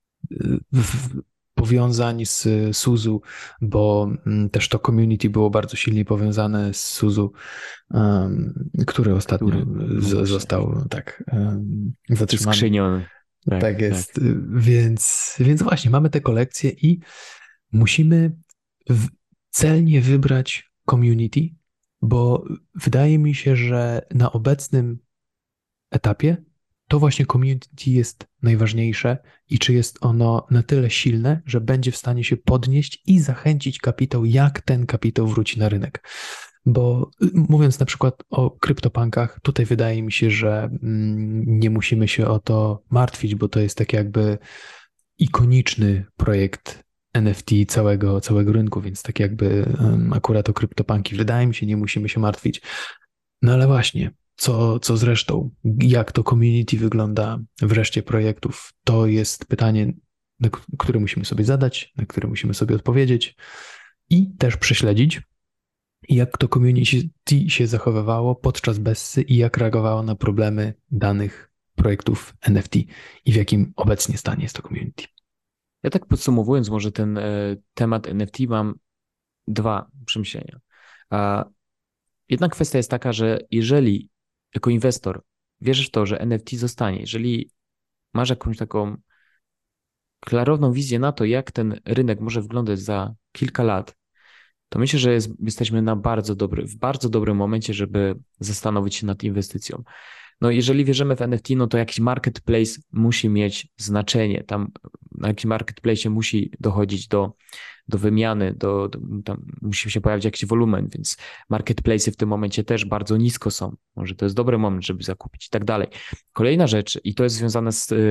w, powiązań z Suzu, bo mm, też to community było bardzo silnie powiązane z Suzu, um, który ostatnio Który, z, no został tak um, zatrzymany. skrzyniony. Tak, Tak, jest. tak. Więc, więc właśnie mamy te kolekcje i musimy w, celnie wybrać community, bo wydaje mi się, że na obecnym etapie to właśnie community jest najważniejsze i czy jest ono na tyle silne, że będzie w stanie się podnieść i zachęcić kapitał, jak ten kapitał wróci na rynek. Bo mówiąc na przykład o kryptopankach, tutaj wydaje mi się, że nie musimy się o to martwić, bo to jest tak jakby ikoniczny projekt N F T całego, całego rynku, więc tak jakby akurat o kryptopanki wydaje mi się, nie musimy się martwić. No ale właśnie, co, co zresztą, jak to community wygląda w reszcie projektów, to jest pytanie, na które musimy sobie zadać, na które musimy sobie odpowiedzieć i też prześledzić, jak to community się zachowywało podczas Bessy i jak reagowało na problemy danych projektów N F T i w jakim obecnie stanie jest to community. Ja tak podsumowując może ten e, temat N F T mam dwa przemyślenia. A jedna kwestia jest taka, że jeżeli jako inwestor wierzysz w to, że N F T zostanie, jeżeli masz jakąś taką klarowną wizję na to, jak ten rynek może wyglądać za kilka lat, to myślę, że jest, jesteśmy na bardzo dobry, w bardzo dobrym momencie, żeby zastanowić się nad inwestycją. No jeżeli wierzymy w N F T, no to jakiś marketplace musi mieć znaczenie. Tam na jakimś marketplace musi dochodzić do, do wymiany, do, do, tam musi się pojawić jakiś wolumen, więc marketplace w tym momencie też bardzo nisko są. Może to jest dobry moment, żeby zakupić i tak dalej. Kolejna rzecz, i to jest związane z y,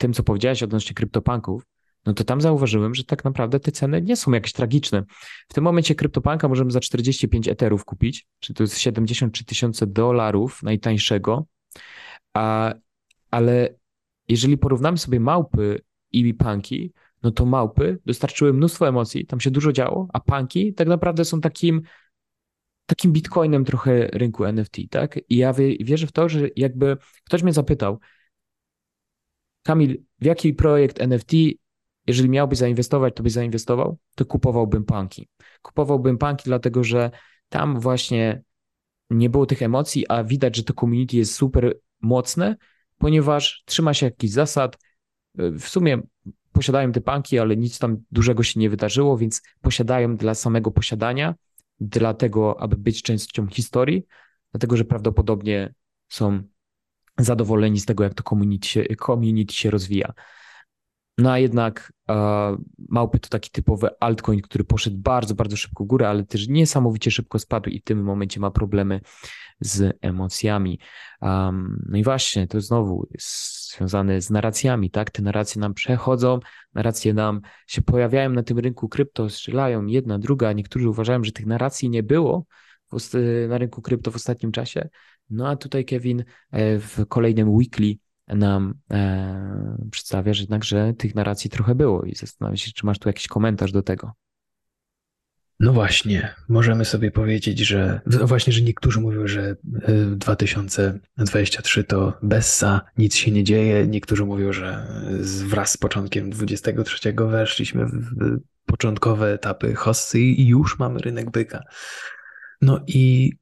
tym, co powiedziałeś odnośnie CryptoPunków, no to tam zauważyłem, że tak naprawdę te ceny nie są jakieś tragiczne. W tym momencie CryptoPunka możemy za czterdzieści pięć eterów kupić, czy to jest siedemdziesiąt trzy tysiące dolarów najtańszego, a, ale jeżeli porównamy sobie małpy i punki, no to małpy dostarczyły mnóstwo emocji, tam się dużo działo, a punki tak naprawdę są takim takim bitcoinem trochę rynku N F T, tak? I ja wie, wierzę w to, że jakby ktoś mnie zapytał, Kamil, w jaki projekt N F T, jeżeli miałbyś zainwestować, to byś zainwestował, to kupowałbym punki. Kupowałbym punki, dlatego że tam właśnie nie było tych emocji, a widać, że to community jest super mocne, ponieważ trzyma się jakichś zasad. W sumie posiadają te punki, ale nic tam dużego się nie wydarzyło, więc posiadają dla samego posiadania, dlatego, aby być częścią historii, dlatego, że prawdopodobnie są zadowoleni z tego, jak to community się, community się rozwija. No a jednak e, małpy to taki typowy altcoin, który poszedł bardzo, bardzo szybko w górę, ale też niesamowicie szybko spadł i w tym momencie ma problemy z emocjami. Um, no i właśnie, to znowu jest związane z narracjami, tak? Te narracje nam przechodzą, narracje nam się pojawiają na tym rynku krypto, strzelają jedna, druga. Niektórzy uważają, że tych narracji nie było w, na rynku krypto w ostatnim czasie. No a tutaj Kevin w kolejnym weekly nam e, przedstawia, że jednak, że tych narracji trochę było i zastanawiam się, czy masz tu jakiś komentarz do tego. No właśnie, możemy sobie powiedzieć, że no właśnie, że niektórzy mówią, że dwa tysiące dwudziesty trzeci to bessa, nic się nie dzieje. Niektórzy mówią, że wraz z początkiem dwudziestego trzeciego weszliśmy w początkowe etapy hossy i już mamy rynek byka. No i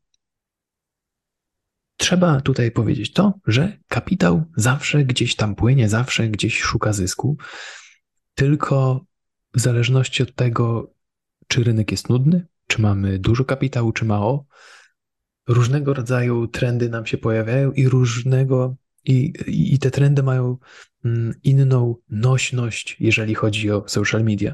trzeba tutaj powiedzieć to, że kapitał zawsze gdzieś tam płynie, zawsze gdzieś szuka zysku, tylko w zależności od tego, czy rynek jest nudny, czy mamy dużo kapitału, czy mało, różnego rodzaju trendy nam się pojawiają i różnego, i, i te trendy mają inną nośność, jeżeli chodzi o social media.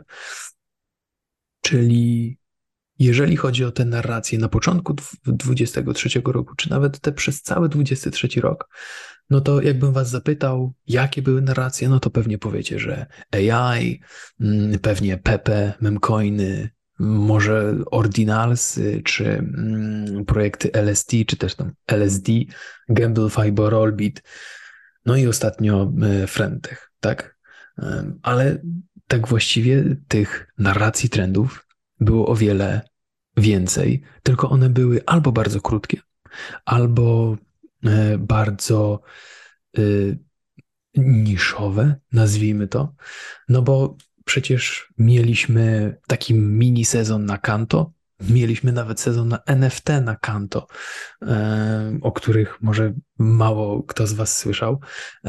Czyli jeżeli chodzi o te narracje na początku dwudziestego trzeciego roku, czy nawet te przez cały dwudziesty trzeci rok, no to jakbym was zapytał, jakie były narracje, no to pewnie powiecie, że A I, pewnie Pepe, memcoiny, może Ordinalsy, czy projekty L S T, czy też tam L S D, Gamblify, Rollbit, no i ostatnio Friendtech, tak? Ale tak właściwie tych narracji trendów było o wiele więcej, tylko one były albo bardzo krótkie, albo bardzo y, niszowe, nazwijmy to, no bo przecież mieliśmy taki mini sezon na Kanto, mieliśmy nawet sezon na N F T na Kanto, y, o których może mało kto z was słyszał. Y,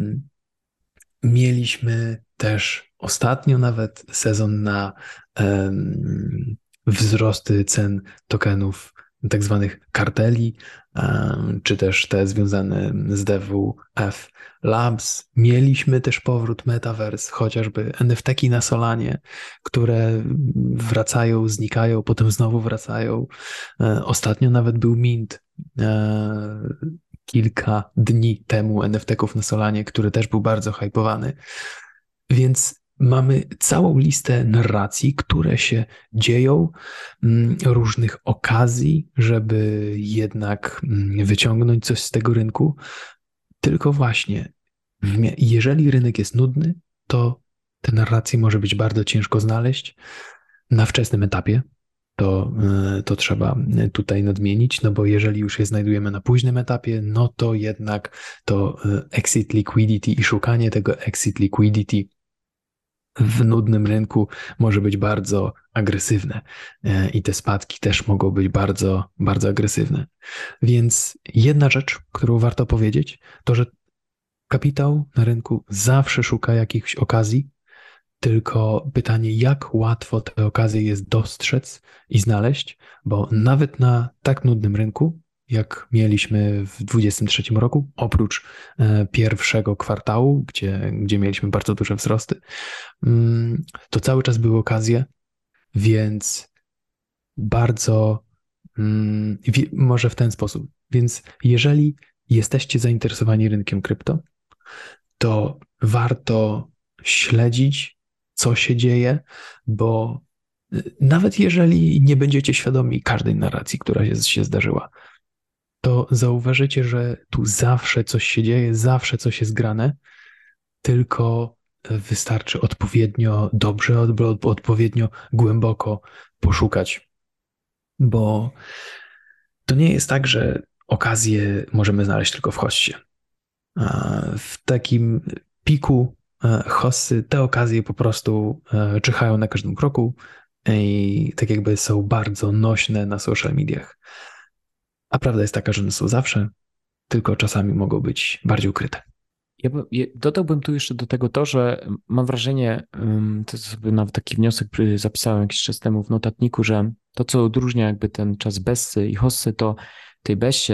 mieliśmy też ostatnio nawet sezon na um, wzrosty cen tokenów tak zwanych karteli, um, czy też te związane z D W F Labs. Mieliśmy też powrót Metaverse, chociażby N F T-ki na Solanie, które wracają, znikają, potem znowu wracają. E, ostatnio nawet był mint. E, kilka dni temu N F T-ków na Solanie, który też był bardzo hypowany. Więc mamy całą listę narracji, które się dzieją, różnych okazji, żeby jednak wyciągnąć coś z tego rynku. Tylko właśnie, jeżeli rynek jest nudny, to te narracje może być bardzo ciężko znaleźć na wczesnym etapie. To, to trzeba tutaj nadmienić, no bo jeżeli już je znajdujemy na późnym etapie, no to jednak to exit liquidity i szukanie tego exit liquidity w nudnym rynku może być bardzo agresywne i te spadki też mogą być bardzo, bardzo agresywne. Więc jedna rzecz, którą warto powiedzieć, to że kapitał na rynku zawsze szuka jakichś okazji, tylko pytanie, jak łatwo te okazje jest dostrzec i znaleźć, bo nawet na tak nudnym rynku, jak mieliśmy w dwudziestym trzecim roku, oprócz e, pierwszego kwartału, gdzie, gdzie mieliśmy bardzo duże wzrosty, mm, to cały czas były okazje, więc bardzo, mm, wie, może w ten sposób, więc jeżeli jesteście zainteresowani rynkiem krypto, to warto śledzić, co się dzieje, bo nawet jeżeli nie będziecie świadomi każdej narracji, która się, się zdarzyła, to zauważycie, że tu zawsze coś się dzieje, zawsze coś jest grane, tylko wystarczy odpowiednio dobrze, odpowiednio głęboko poszukać, bo to nie jest tak, że okazję możemy znaleźć tylko w hossie. W takim piku hossy te okazje po prostu czyhają na każdym kroku i tak jakby są bardzo nośne na social mediach. A prawda jest taka, że one są zawsze, tylko czasami mogą być bardziej ukryte. Ja, by, ja dodałbym tu jeszcze do tego to, że mam wrażenie, to sobie nawet taki wniosek zapisałem jakiś czas temu w notatniku, że to, co odróżnia jakby ten czas Bessy i hossy, to w tej Bessie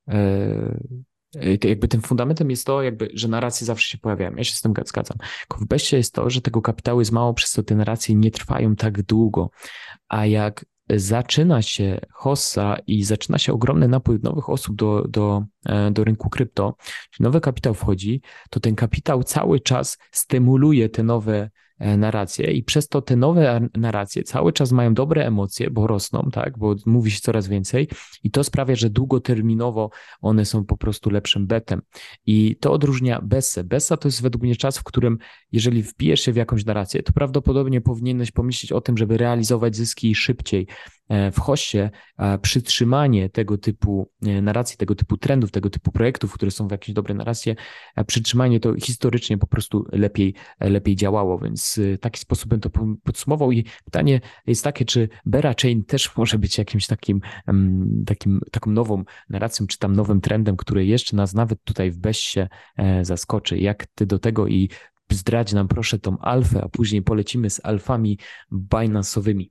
jakby tym fundamentem jest to, jakby, że narracje zawsze się pojawiają. Ja się z tym zgadzam. Tylko w Bessie jest to, że tego kapitału jest mało, przez to te narracje nie trwają tak długo. A jak zaczyna się hossa i zaczyna się ogromny napływ nowych osób do, do, do rynku krypto, czyli nowy kapitał wchodzi, to ten kapitał cały czas stymuluje te nowe narracje i przez to te nowe narracje cały czas mają dobre emocje, bo rosną, tak, bo mówi się coraz więcej i to sprawia, że długoterminowo one są po prostu lepszym betem. I to odróżnia Bessę. Bessa to jest według mnie czas, w którym jeżeli wbijesz się w jakąś narrację, to prawdopodobnie powinieneś pomyśleć o tym, żeby realizować zyski szybciej. W hossie przytrzymanie tego typu narracji, tego typu trendów, tego typu projektów, które są w jakiejś dobrej narracji, przytrzymanie to historycznie po prostu lepiej, lepiej działało, więc w taki sposób bym to podsumował i pytanie jest takie, czy Bera Chain też może być jakimś takim, takim taką nową narracją, czy tam nowym trendem, który jeszcze nas nawet tutaj w Bessie zaskoczy. Jak ty do tego i zdradź nam proszę tą alfę, a później polecimy z alfami Binance'owymi.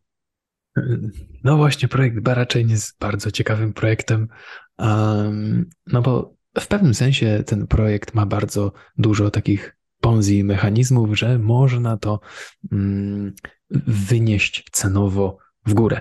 No właśnie, projekt Bera Chain jest bardzo ciekawym projektem, um, no bo w pewnym sensie ten projekt ma bardzo dużo takich Ponzi mechanizmów, że można to um, wynieść cenowo w górę.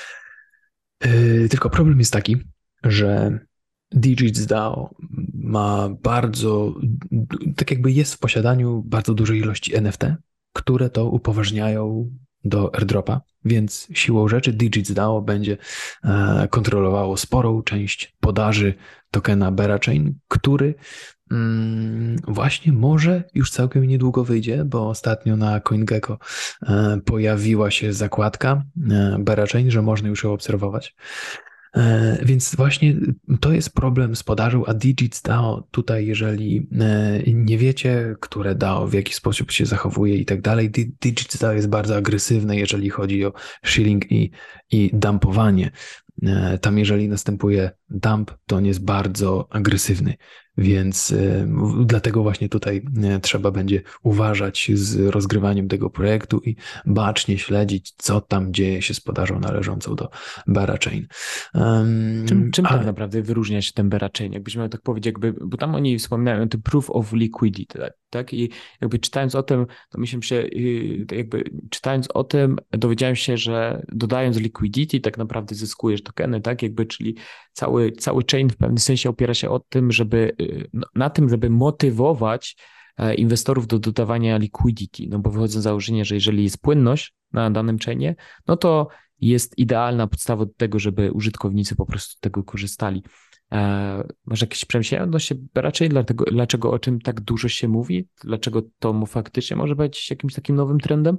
Yy, tylko problem jest taki, że Digits DAO ma bardzo, tak jakby jest w posiadaniu bardzo dużej ilości N F T, które to upoważniają do airdropa, więc siłą rzeczy Digits DAO będzie e, kontrolowało sporą część podaży tokena Bera Chain, który mm, właśnie może już całkiem niedługo wyjdzie, bo ostatnio na CoinGecko e, pojawiła się zakładka e, Bera Chain, że można już ją obserwować. Więc właśnie to jest problem z podażą, a Digits DAO tutaj, jeżeli nie wiecie, które DAO w jaki sposób się zachowuje i tak dalej, Digits DAO jest bardzo agresywne, jeżeli chodzi o shilling i, i dumpowanie. Tam jeżeli następuje dump, to on jest bardzo agresywny, więc dlatego właśnie tutaj trzeba będzie uważać z rozgrywaniem tego projektu i bacznie śledzić, co tam dzieje się z podażą należącą do Bera Chain. Um, czym czym a... tak naprawdę wyróżnia się ten Bera Chain? Jakbyś miał tak powiedzieć, jakby, bo tam oni wspominają o tym proof of liquidity, tak? I jakby czytając o tym, to myślę się, jakby czytając o tym, dowiedziałem się, że dodając liquidity tak naprawdę zyskujesz tokeny, tak? Jakby, czyli cały, cały chain w pewnym sensie opiera się o tym, żeby na tym, żeby motywować inwestorów do dodawania liquidity, no bo wychodzi z założenia, że jeżeli jest płynność na danym chainie, no to jest idealna podstawa do tego, żeby użytkownicy po prostu z tego korzystali. E, może jakieś przemyślenia odnośnie raczej dlatego, dlaczego o czym tak dużo się mówi? Dlaczego to mu faktycznie może być jakimś takim nowym trendem?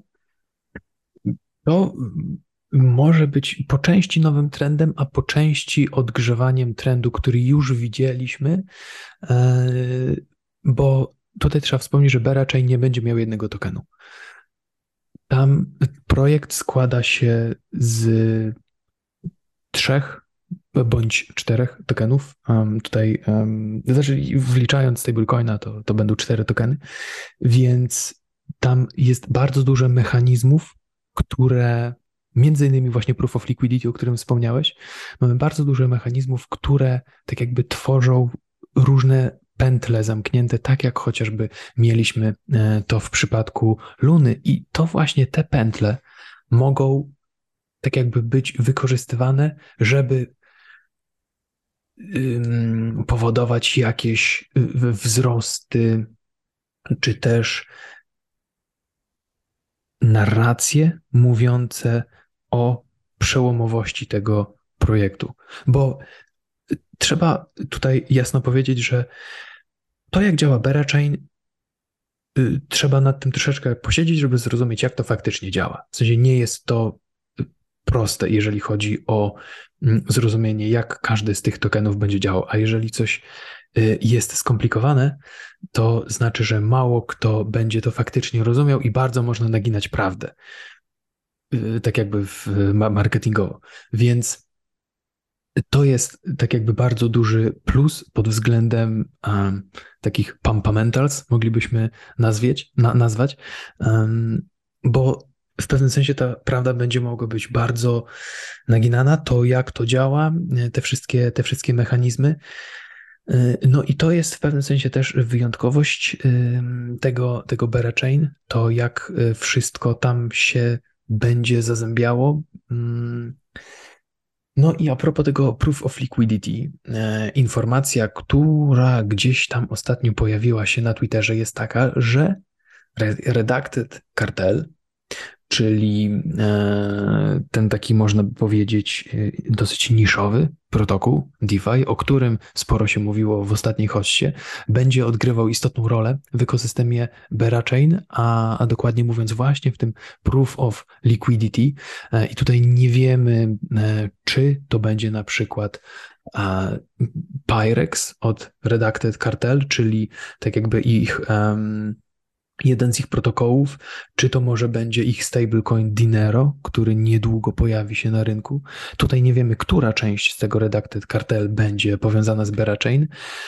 To może być po części nowym trendem, a po części odgrzewaniem trendu, który już widzieliśmy, bo tutaj trzeba wspomnieć, że Bera Chain nie będzie miał jednego tokenu. Tam projekt składa się z trzech bądź czterech tokenów. Um, tutaj, um, znaczy wliczając stablecoina, to, to będą cztery tokeny, więc tam jest bardzo dużo mechanizmów, które między innymi właśnie proof of liquidity, o którym wspomniałeś, mamy bardzo dużo mechanizmów, które tak jakby tworzą różne pętle zamknięte, tak jak chociażby mieliśmy to w przypadku Luny i to właśnie te pętle mogą tak jakby być wykorzystywane, żeby ym, powodować jakieś wzrosty czy też narracje mówiące o przełomowości tego projektu. Bo trzeba tutaj jasno powiedzieć, że to, jak działa Berachain, y, trzeba nad tym troszeczkę posiedzieć, żeby zrozumieć, jak to faktycznie działa. W sensie nie jest to proste, jeżeli chodzi o mm, zrozumienie, jak każdy z tych tokenów będzie działał. A jeżeli coś y, jest skomplikowane, to znaczy, że mało kto będzie to faktycznie rozumiał i bardzo można naginać prawdę. Y, Tak jakby w, ma- marketingowo. Więc to jest tak jakby bardzo duży plus pod względem um, takich pumpamentals, moglibyśmy nazwieć, na, nazwać, um, bo w pewnym sensie ta prawda będzie mogła być bardzo naginana, to jak to działa, te wszystkie, te wszystkie mechanizmy. Y, No i to jest w pewnym sensie też wyjątkowość ym, tego, tego Berachain, to jak y, wszystko tam się będzie zazębiało. Ym, no i a propos tego Proof of Liquidity, e, informacja, która gdzieś tam ostatnio pojawiła się na Twitterze, jest taka, że Redacted Cartel, czyli e, ten taki, można by powiedzieć, e, dosyć niszowy protokół DeFi, o którym sporo się mówiło w ostatniej hoście, będzie odgrywał istotną rolę w ekosystemie Berachain, a, a dokładnie mówiąc właśnie w tym Proof of Liquidity. E, I tutaj nie wiemy, e, czy to będzie na przykład a, Pyrex od Redacted Cartel, czyli tak jakby ich um, jeden z ich protokołów, czy to może będzie ich stablecoin Dinero, który niedługo pojawi się na rynku. Tutaj nie wiemy, która część z tego Redacted Cartel będzie powiązana z Berachain,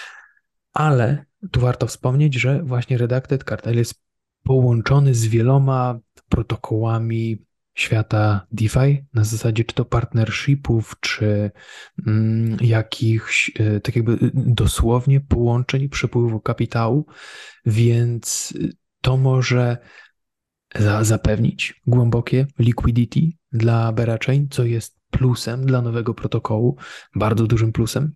ale tu warto wspomnieć, że właśnie Redacted Cartel jest połączony z wieloma protokołami świata DeFi, na zasadzie czy to partnershipów, czy mm, jakichś y, tak jakby y, dosłownie połączeń przepływu kapitału, więc to może za, zapewnić głębokie liquidity dla Berachain, co jest plusem dla nowego protokołu, bardzo dużym plusem.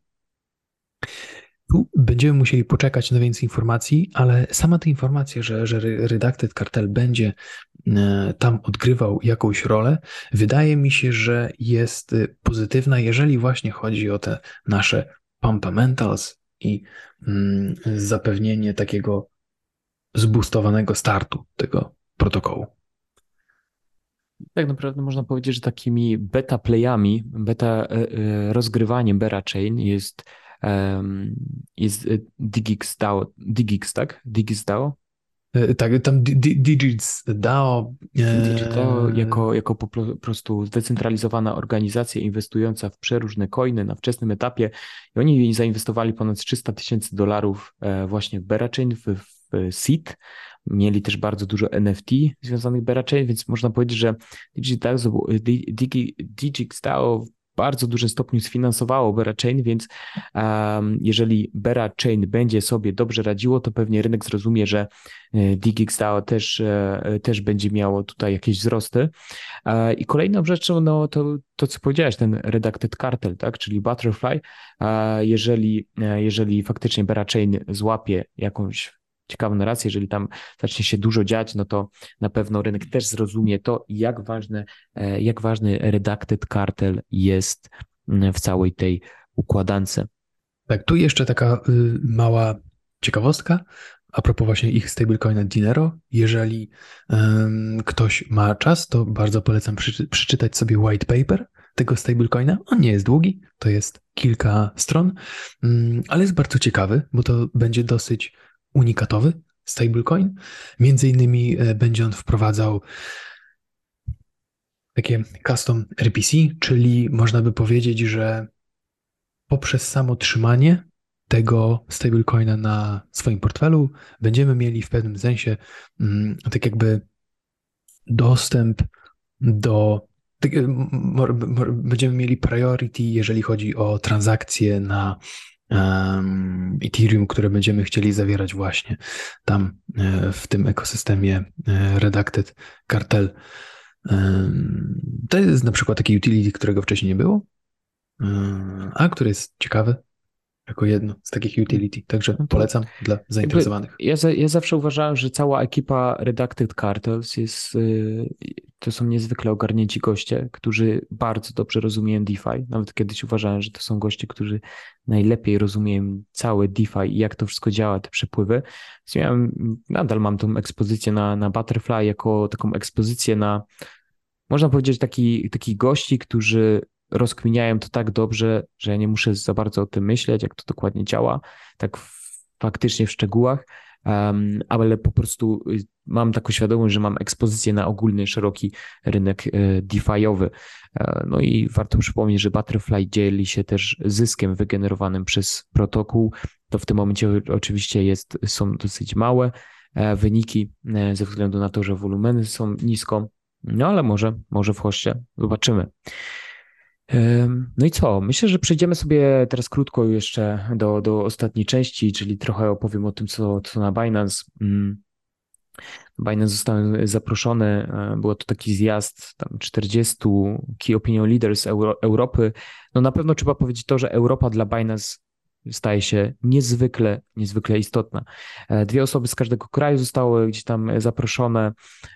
Tu będziemy musieli poczekać na więcej informacji, ale sama ta informacja, że, że Redacted Cartel będzie e, tam odgrywał jakąś rolę, wydaje mi się, że jest pozytywna, jeżeli właśnie chodzi o te nasze pumpamentals i mm, zapewnienie takiego zboostowanego startu tego protokołu. Tak naprawdę można powiedzieć, że takimi beta playami, beta e, e, rozgrywaniem Berachain jest, em, jest e, DigixDAO, Digix, tak? DigixDAO? E, Tak, tam Di- Di- Digits DAO. DigiDAO e, jako, jako po pro- prostu zdecentralizowana organizacja inwestująca w przeróżne coiny na wczesnym etapie i oni zainwestowali ponad trzysta tysięcy dolarów e, właśnie w Berachain, w, w seed. Mieli też bardzo dużo N F T związanych z Berachain, więc można powiedzieć, że DigiDAO, Digi- Digi- DigiDAO w bardzo dużym stopniu sfinansowało Berachain, więc um, jeżeli Berachain będzie sobie dobrze radziło, to pewnie rynek zrozumie, że e, DigiDAO też, e, też będzie miało tutaj jakieś wzrosty. E, I kolejną rzeczą, no to, to co powiedziałeś, ten Redacted Cartel, tak, czyli Butterfly, e, jeżeli, e, jeżeli faktycznie Berachain złapie jakąś ciekawą narrację, jeżeli tam zacznie się dużo dziać, no to na pewno rynek też zrozumie to, jak ważne, e, jak ważny Redacted Cartel jest mm, w całej tej układance. Tak, tu jeszcze taka y, mała ciekawostka a propos właśnie ich stablecoina Dinero. Jeżeli ym, ktoś ma czas, to bardzo polecam przy, przeczytać sobie white paper tego stablecoina. On nie jest długi, to jest kilka stron, ym, ale jest bardzo ciekawy, bo to będzie dosyć unikatowy stablecoin. Między innymi y, będzie on wprowadzał takie custom R P C, czyli można by powiedzieć, że poprzez samo trzymanie tego stablecoina na swoim portfelu będziemy mieli w pewnym sensie mm, tak jakby dostęp do tak, m- m- będziemy mieli priority, jeżeli chodzi o transakcje na um, Ethereum, które będziemy chcieli zawierać właśnie tam e, w tym ekosystemie e, Redacted Cartel. Um, to jest na przykład taki utility, którego wcześniej nie było, um, a który jest ciekawy. jako jedno z takich utility. Także No to polecam dla jakby zainteresowanych. ja, za, ja zawsze uważałem, że cała ekipa Redacted Cartels jest, y, to są niezwykle ogarnięci goście, którzy bardzo dobrze rozumieją DeFi. Nawet kiedyś uważałem, że to są goście, którzy najlepiej rozumieją całe DeFi i jak to wszystko działa, te przepływy. Więc miałem, nadal mam tą ekspozycję na, na Butterfly jako taką ekspozycję na, można powiedzieć, taki, takich gości, którzy rozkminiają to tak dobrze, że ja nie muszę za bardzo o tym myśleć, jak to dokładnie działa, tak w, faktycznie w szczegółach, um, ale po prostu mam taką świadomość, że mam ekspozycję na ogólny, szeroki rynek DeFi-owy. No i warto przypomnieć, że Butterfly dzieli się też zyskiem wygenerowanym przez protokół. To w tym momencie oczywiście jest, są dosyć małe wyniki ze względu na to, że wolumeny są nisko, no ale może, może w hoście zobaczymy. No i co? Myślę, że przejdziemy sobie teraz krótko jeszcze do, do ostatniej części, czyli trochę opowiem o tym, co, co na Binance. Binance został zaproszony, było to taki zjazd tam czterdziestu Key Opinion Leaders Euro, Europy. No na pewno trzeba powiedzieć to, że Europa dla Binance staje się niezwykle, niezwykle istotna. Dwie osoby z każdego kraju zostały gdzieś tam zaproszone.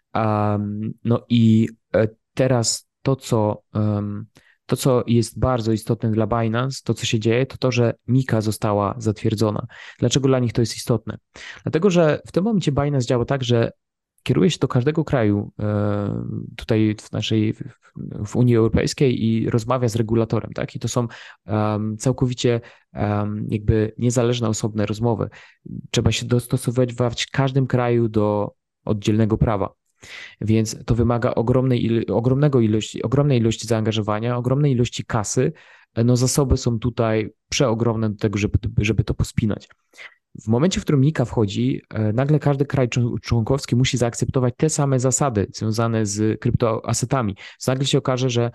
No i teraz to, co To, co jest bardzo istotne dla Binance, to co się dzieje, to to, że Mika została zatwierdzona. Dlaczego dla nich to jest istotne? Dlatego, że w tym momencie Binance działa tak, że kieruje się do każdego kraju tutaj w naszej, w Unii Europejskiej i rozmawia z regulatorem, tak? I to są um, całkowicie um, jakby niezależne, osobne rozmowy. Trzeba się dostosowywać w każdym kraju do oddzielnego prawa. Więc to wymaga ogromnej, ogromnego ilości, ogromnej ilości zaangażowania, ogromnej ilości kasy. No zasoby są tutaj przeogromne do tego, żeby, żeby to pospinać. W momencie, w którym Mika wchodzi, nagle każdy kraj członkowski musi zaakceptować te same zasady związane z kryptoasetami. Nagle się okaże, że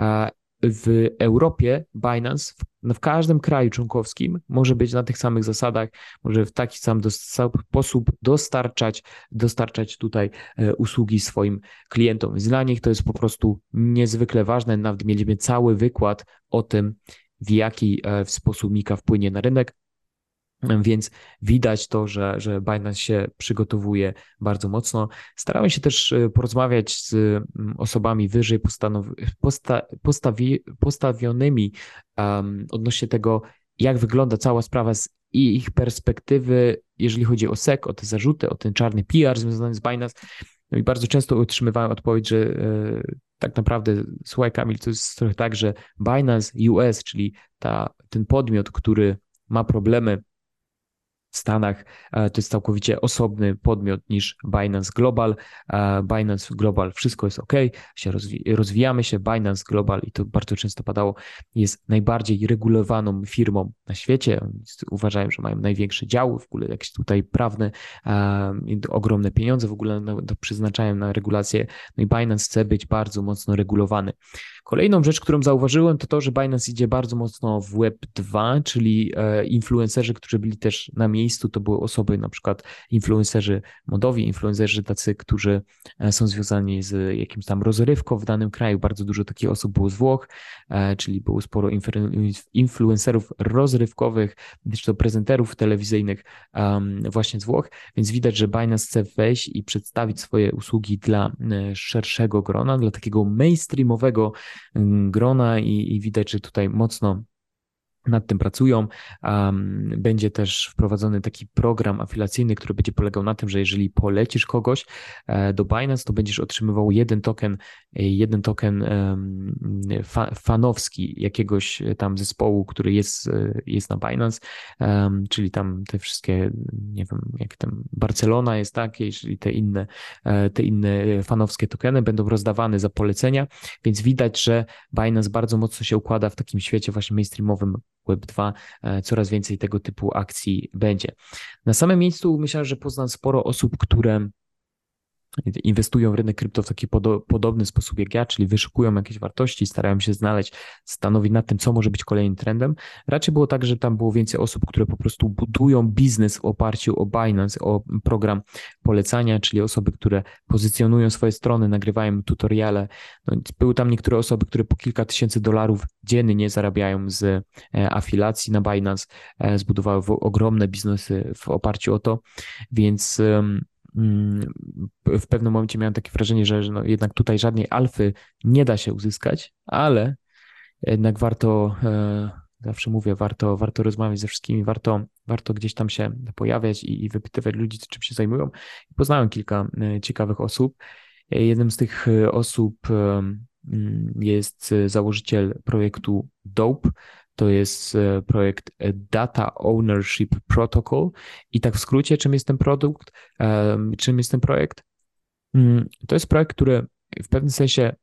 w Europie Binance w, w każdym kraju członkowskim może być na tych samych zasadach, może w taki sam dos, sposób dostarczać, dostarczać tutaj e, usługi swoim klientom. Więc dla nich to jest po prostu niezwykle ważne. Nawet mieliśmy cały wykład o tym, w jaki e, sposób Mika wpłynie na rynek. Więc widać to, że, że Binance się przygotowuje bardzo mocno. Starałem się też porozmawiać z osobami wyżej postanowi- posta- postawi- postawionymi um, odnośnie tego, jak wygląda cała sprawa z ich perspektywy, jeżeli chodzi o S E C, o te zarzuty, o ten czarny P R związany z Binance. No i bardzo często otrzymywałem odpowiedź, że e, tak naprawdę, słuchaj Kamil, to jest trochę tak, że Binance U S, czyli ta, ten podmiot, który ma problemy w Stanach, to jest całkowicie osobny podmiot niż Binance Global. Binance Global, wszystko jest OK, się rozwi- rozwijamy się. Binance Global, i to bardzo często padało, jest najbardziej regulowaną firmą na świecie. Uważają, że mają największe działy, w ogóle jakieś tutaj prawne, ogromne pieniądze w ogóle to przeznaczają na regulację. No i Binance chce być bardzo mocno regulowany. Kolejną rzecz, którą zauważyłem, to to, że Binance idzie bardzo mocno w web dwa, czyli influencerzy, którzy byli też na miejscu, to były osoby, na przykład influencerzy modowi, influencerzy tacy, którzy są związani z jakimś tam rozrywką w danym kraju. Bardzo dużo takich osób było z Włoch, czyli było sporo influencerów rozrywkowych, też to prezenterów telewizyjnych właśnie z Włoch, więc widać, że Binance chce wejść i przedstawić swoje usługi dla szerszego grona, dla takiego mainstreamowego grona i, i widać, że tutaj mocno nad tym pracują. Um, będzie też wprowadzony taki program afilacyjny, który będzie polegał na tym, że jeżeli polecisz kogoś e, do Binance, to będziesz otrzymywał jeden token, jeden token um, fa, fanowski jakiegoś tam zespołu, który jest, jest na Binance, um, czyli tam te wszystkie, nie wiem, jak tam Barcelona jest, tak, czyli te inne, te inne fanowskie tokeny będą rozdawane za polecenia, więc widać, że Binance bardzo mocno się układa w takim świecie właśnie mainstreamowym web dwa, coraz więcej tego typu akcji będzie. Na samym miejscu myślę, że poznam sporo osób, które inwestują w rynek krypto w taki podo- podobny sposób jak ja, czyli wyszukują jakieś wartości, starają się znaleźć, stanowić nad tym, co może być kolejnym trendem. Raczej było tak, że tam było więcej osób, które po prostu budują biznes w oparciu o Binance, o program polecania, czyli osoby, które pozycjonują swoje strony, nagrywają tutoriale. No, były tam niektóre osoby, które po kilka tysięcy dolarów dziennie zarabiają z e, afilacji na Binance, e, zbudowały w- ogromne biznesy w oparciu o to, więc w pewnym momencie miałem takie wrażenie, że że no jednak tutaj żadnej alfy nie da się uzyskać, ale jednak warto, e, zawsze mówię, warto, warto rozmawiać ze wszystkimi, warto, warto gdzieś tam się pojawiać i, i wypytywać ludzi, czym się zajmują. Poznałem kilka e, ciekawych osób. E, Jednym z tych e, osób e, mm, jest założyciel projektu Dope. To jest e, projekt e, Data Ownership Protocol. I tak w skrócie, czym jest ten produkt, e, czym jest ten projekt? Mm, To jest projekt, który w pewnym sensie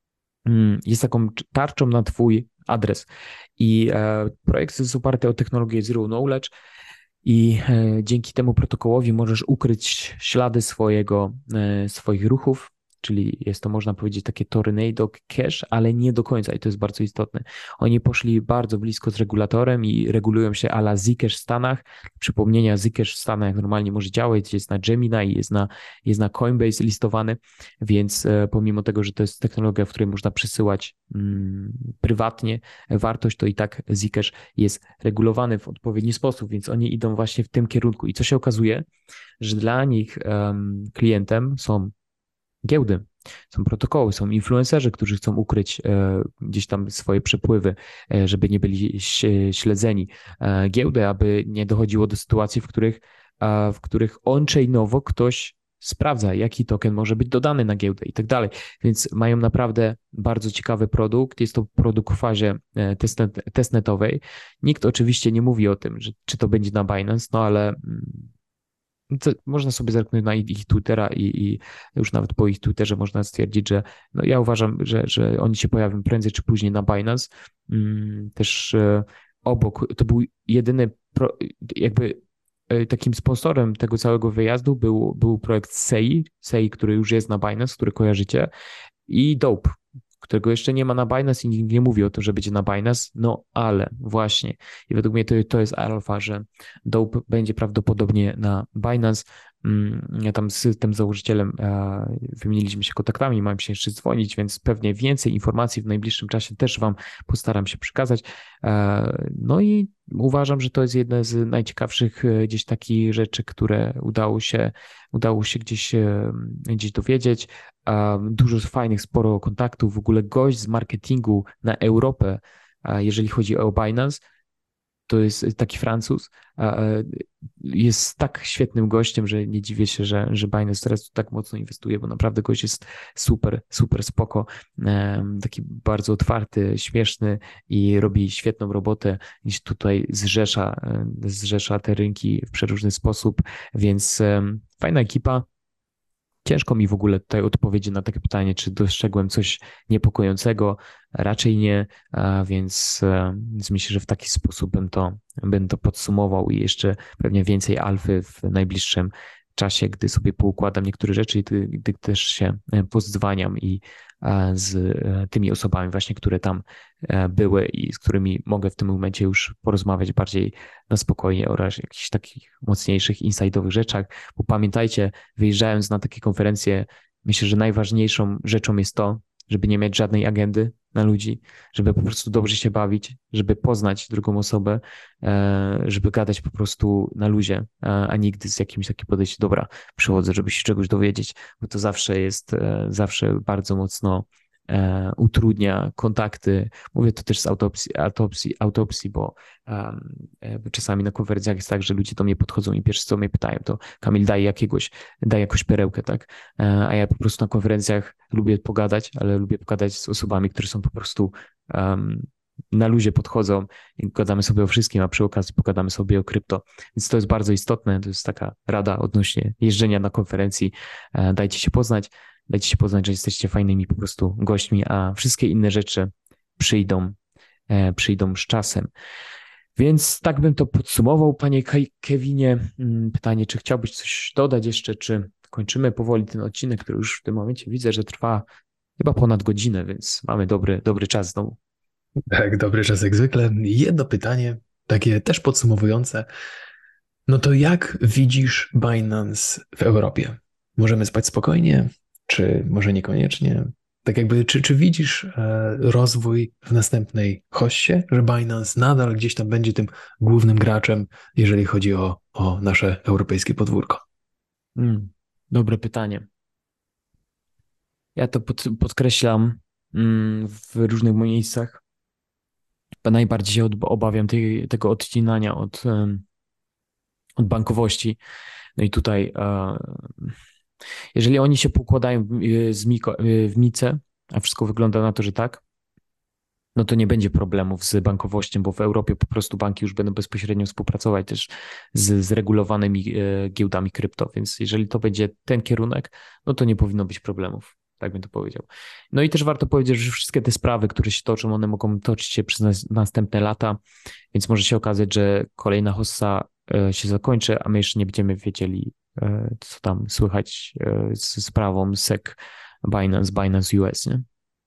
mm, jest taką tarczą na Twój adres. I e, projekt jest oparty o technologię Zero Knowledge i e, dzięki temu protokołowi możesz ukryć ślady swojego, e, swoich ruchów, czyli jest to, można powiedzieć, takie tornado cache, ale nie do końca i to jest bardzo istotne. Oni poszli bardzo blisko z regulatorem i regulują się a la Zcash w Stanach. Przypomnienia, Zcash w Stanach normalnie może działać, jest na Gemini, jest na, jest na Coinbase listowany, więc e, pomimo tego, że to jest technologia, w której można przesyłać mm, prywatnie wartość, to i tak Zcash jest regulowany w odpowiedni sposób, więc oni idą właśnie w tym kierunku. I co się okazuje, że dla nich um, klientem są giełdy, są protokoły, są influencerzy, którzy chcą ukryć e, gdzieś tam swoje przepływy, e, żeby nie byli ś- śledzeni. E, giełdy, aby nie dochodziło do sytuacji, w których, e, w których on-chainowo ktoś sprawdza, jaki token może być dodany na giełdę i tak dalej. Więc mają naprawdę bardzo ciekawy produkt. Jest to produkt w fazie e, testnet, testnetowej. Nikt oczywiście nie mówi o tym, że, czy to będzie na Binance, no ale mm, to można sobie zerknąć na ich Twittera i, i już nawet po ich Twitterze można stwierdzić, że no ja uważam, że, że oni się pojawią prędzej czy później na Binance. Mm, Też e, obok, to był jedyny, pro, jakby e, takim sponsorem tego całego wyjazdu był, był projekt Sei, Sei, który już jest na Binance, który kojarzycie, i Dope, którego jeszcze nie ma na Binance i nikt nie mówi o tym, że będzie na Binance, no ale właśnie. I według mnie to, to jest alfa, że Dope będzie prawdopodobnie na Binance. Mm, Ja tam z tym założycielem e, wymieniliśmy się kontaktami, mam się jeszcze dzwonić, więc pewnie więcej informacji w najbliższym czasie też Wam postaram się przekazać. E, No i uważam, że to jest jedna z najciekawszych e, gdzieś takich rzeczy, które udało się, udało się gdzieś, e, gdzieś dowiedzieć. Um, Dużo fajnych, sporo kontaktów. W ogóle gość z marketingu na Europę, a jeżeli chodzi o Binance, to jest taki Francuz, a, e, jest tak świetnym gościem, że nie dziwię się, że, że Binance teraz tu tak mocno inwestuje, bo naprawdę gość jest super, super spoko, em, taki bardzo otwarty, śmieszny i robi świetną robotę, gdzieś tutaj zrzesza, e, zrzesza te rynki w przeróżny sposób, więc em, fajna ekipa. Ciężko mi w ogóle tutaj odpowiedzieć na takie pytanie, czy dostrzegłem coś niepokojącego. Raczej nie, a więc, e, więc myślę, że w taki sposób bym to, bym to podsumował i jeszcze pewnie więcej alfy w najbliższym czasie, gdy sobie poukładam niektóre rzeczy i gdy, gdy też się e, pozdzwaniam i e, z e, tymi osobami właśnie, które tam e, były i z którymi mogę w tym momencie już porozmawiać bardziej na spokojnie oraz jakichś takich mocniejszych, insidowych rzeczach, bo pamiętajcie, wyjeżdżając na takie konferencje, myślę, że najważniejszą rzeczą jest to, żeby nie mieć żadnej agendy na ludzi, żeby po prostu dobrze się bawić, żeby poznać drugą osobę, e, żeby gadać po prostu na luzie, a a nigdy z jakimś takim podejściem, dobra, przychodzę, żeby się czegoś dowiedzieć, bo to zawsze jest, e, zawsze bardzo mocno e, utrudnia kontakty. Mówię to też z autopsji, autopsji, autopsji, bo um, e, czasami na konferencjach jest tak, że ludzie do mnie podchodzą i pierwsze co mnie pytają, to Kamil, daj jakiegoś, daj jakąś perełkę, tak? E, A ja po prostu na konferencjach lubię pogadać, ale lubię pogadać z osobami, które są po prostu um, na luzie podchodzą i gadamy sobie o wszystkim, a przy okazji pogadamy sobie o krypto. Więc to jest bardzo istotne, to jest taka rada odnośnie jeżdżenia na konferencji. E, Dajcie się poznać, dajcie się poznać, że jesteście fajnymi po prostu gośćmi, a wszystkie inne rzeczy przyjdą, e, przyjdą z czasem. Więc tak bym to podsumował, panie Kevinie. Mm, Pytanie, czy chciałbyś coś dodać jeszcze, czy kończymy powoli ten odcinek, który już w tym momencie widzę, że trwa chyba ponad godzinę, więc mamy dobry, dobry czas znowu. Tak, dobry czas jak zwykle. Jedno pytanie, takie też podsumowujące. No to jak widzisz Binance w Europie? Możemy spać spokojnie, czy może niekoniecznie? Tak jakby, czy, czy widzisz e, rozwój w następnej hoście, że Binance nadal gdzieś tam będzie tym głównym graczem, jeżeli chodzi o, o nasze europejskie podwórko? Mm, dobre pytanie. Ja to pod, podkreślam mm, w różnych miejscach. Chyba najbardziej się od, obawiam tej, tego odcinania od, em, od bankowości. No i tutaj, e, jeżeli oni się pokładają w, e, z Miko, e, w Mice, a wszystko wygląda na to, że tak, no to nie będzie problemów z bankowością, bo w Europie po prostu banki już będą bezpośrednio współpracować też z zregulowanymi e, giełdami krypto, więc jeżeli to będzie ten kierunek, no to nie powinno być problemów, tak bym to powiedział. No i też warto powiedzieć, że wszystkie te sprawy, które się toczą, one mogą toczyć się przez nas, następne lata, więc może się okazać, że kolejna hossa e, się zakończy, a my jeszcze nie będziemy wiedzieli, e, co tam słychać e, z sprawą S E C Binance, Binance U S, nie?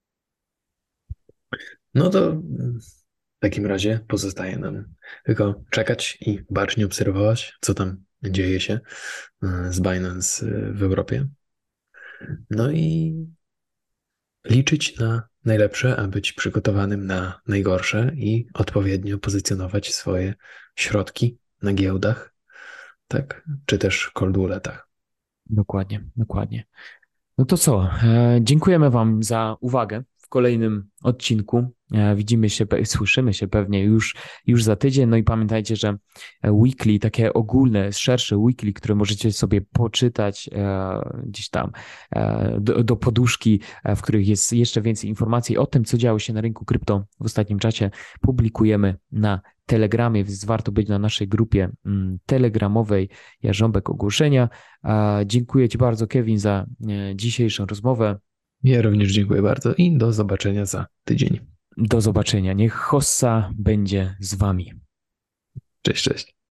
No to w takim razie pozostaje nam tylko czekać i bacznie obserwować, co tam dzieje się e, z Binance e, w Europie. No i liczyć na najlepsze, a być przygotowanym na najgorsze i odpowiednio pozycjonować swoje środki na giełdach, tak, czy też cold walletach. Dokładnie, dokładnie. No to co? E, dziękujemy Wam za uwagę w kolejnym odcinku. E, widzimy się, pe- słyszymy się pewnie już, już za tydzień. No i pamiętajcie, że weekly, takie ogólne, szersze weekly, które możecie sobie poczytać e, gdzieś tam e, do, do poduszki, e, w których jest jeszcze więcej informacji o tym, co działo się na rynku krypto w ostatnim czasie, publikujemy na Telegramie, więc warto być na naszej grupie mm, telegramowej Jarząbek Ogłoszenia. A dziękuję Ci bardzo, Kevin, za e, dzisiejszą rozmowę. Ja również dziękuję bardzo i do zobaczenia za tydzień. Do zobaczenia. Niech hossa będzie z Wami. Cześć, cześć.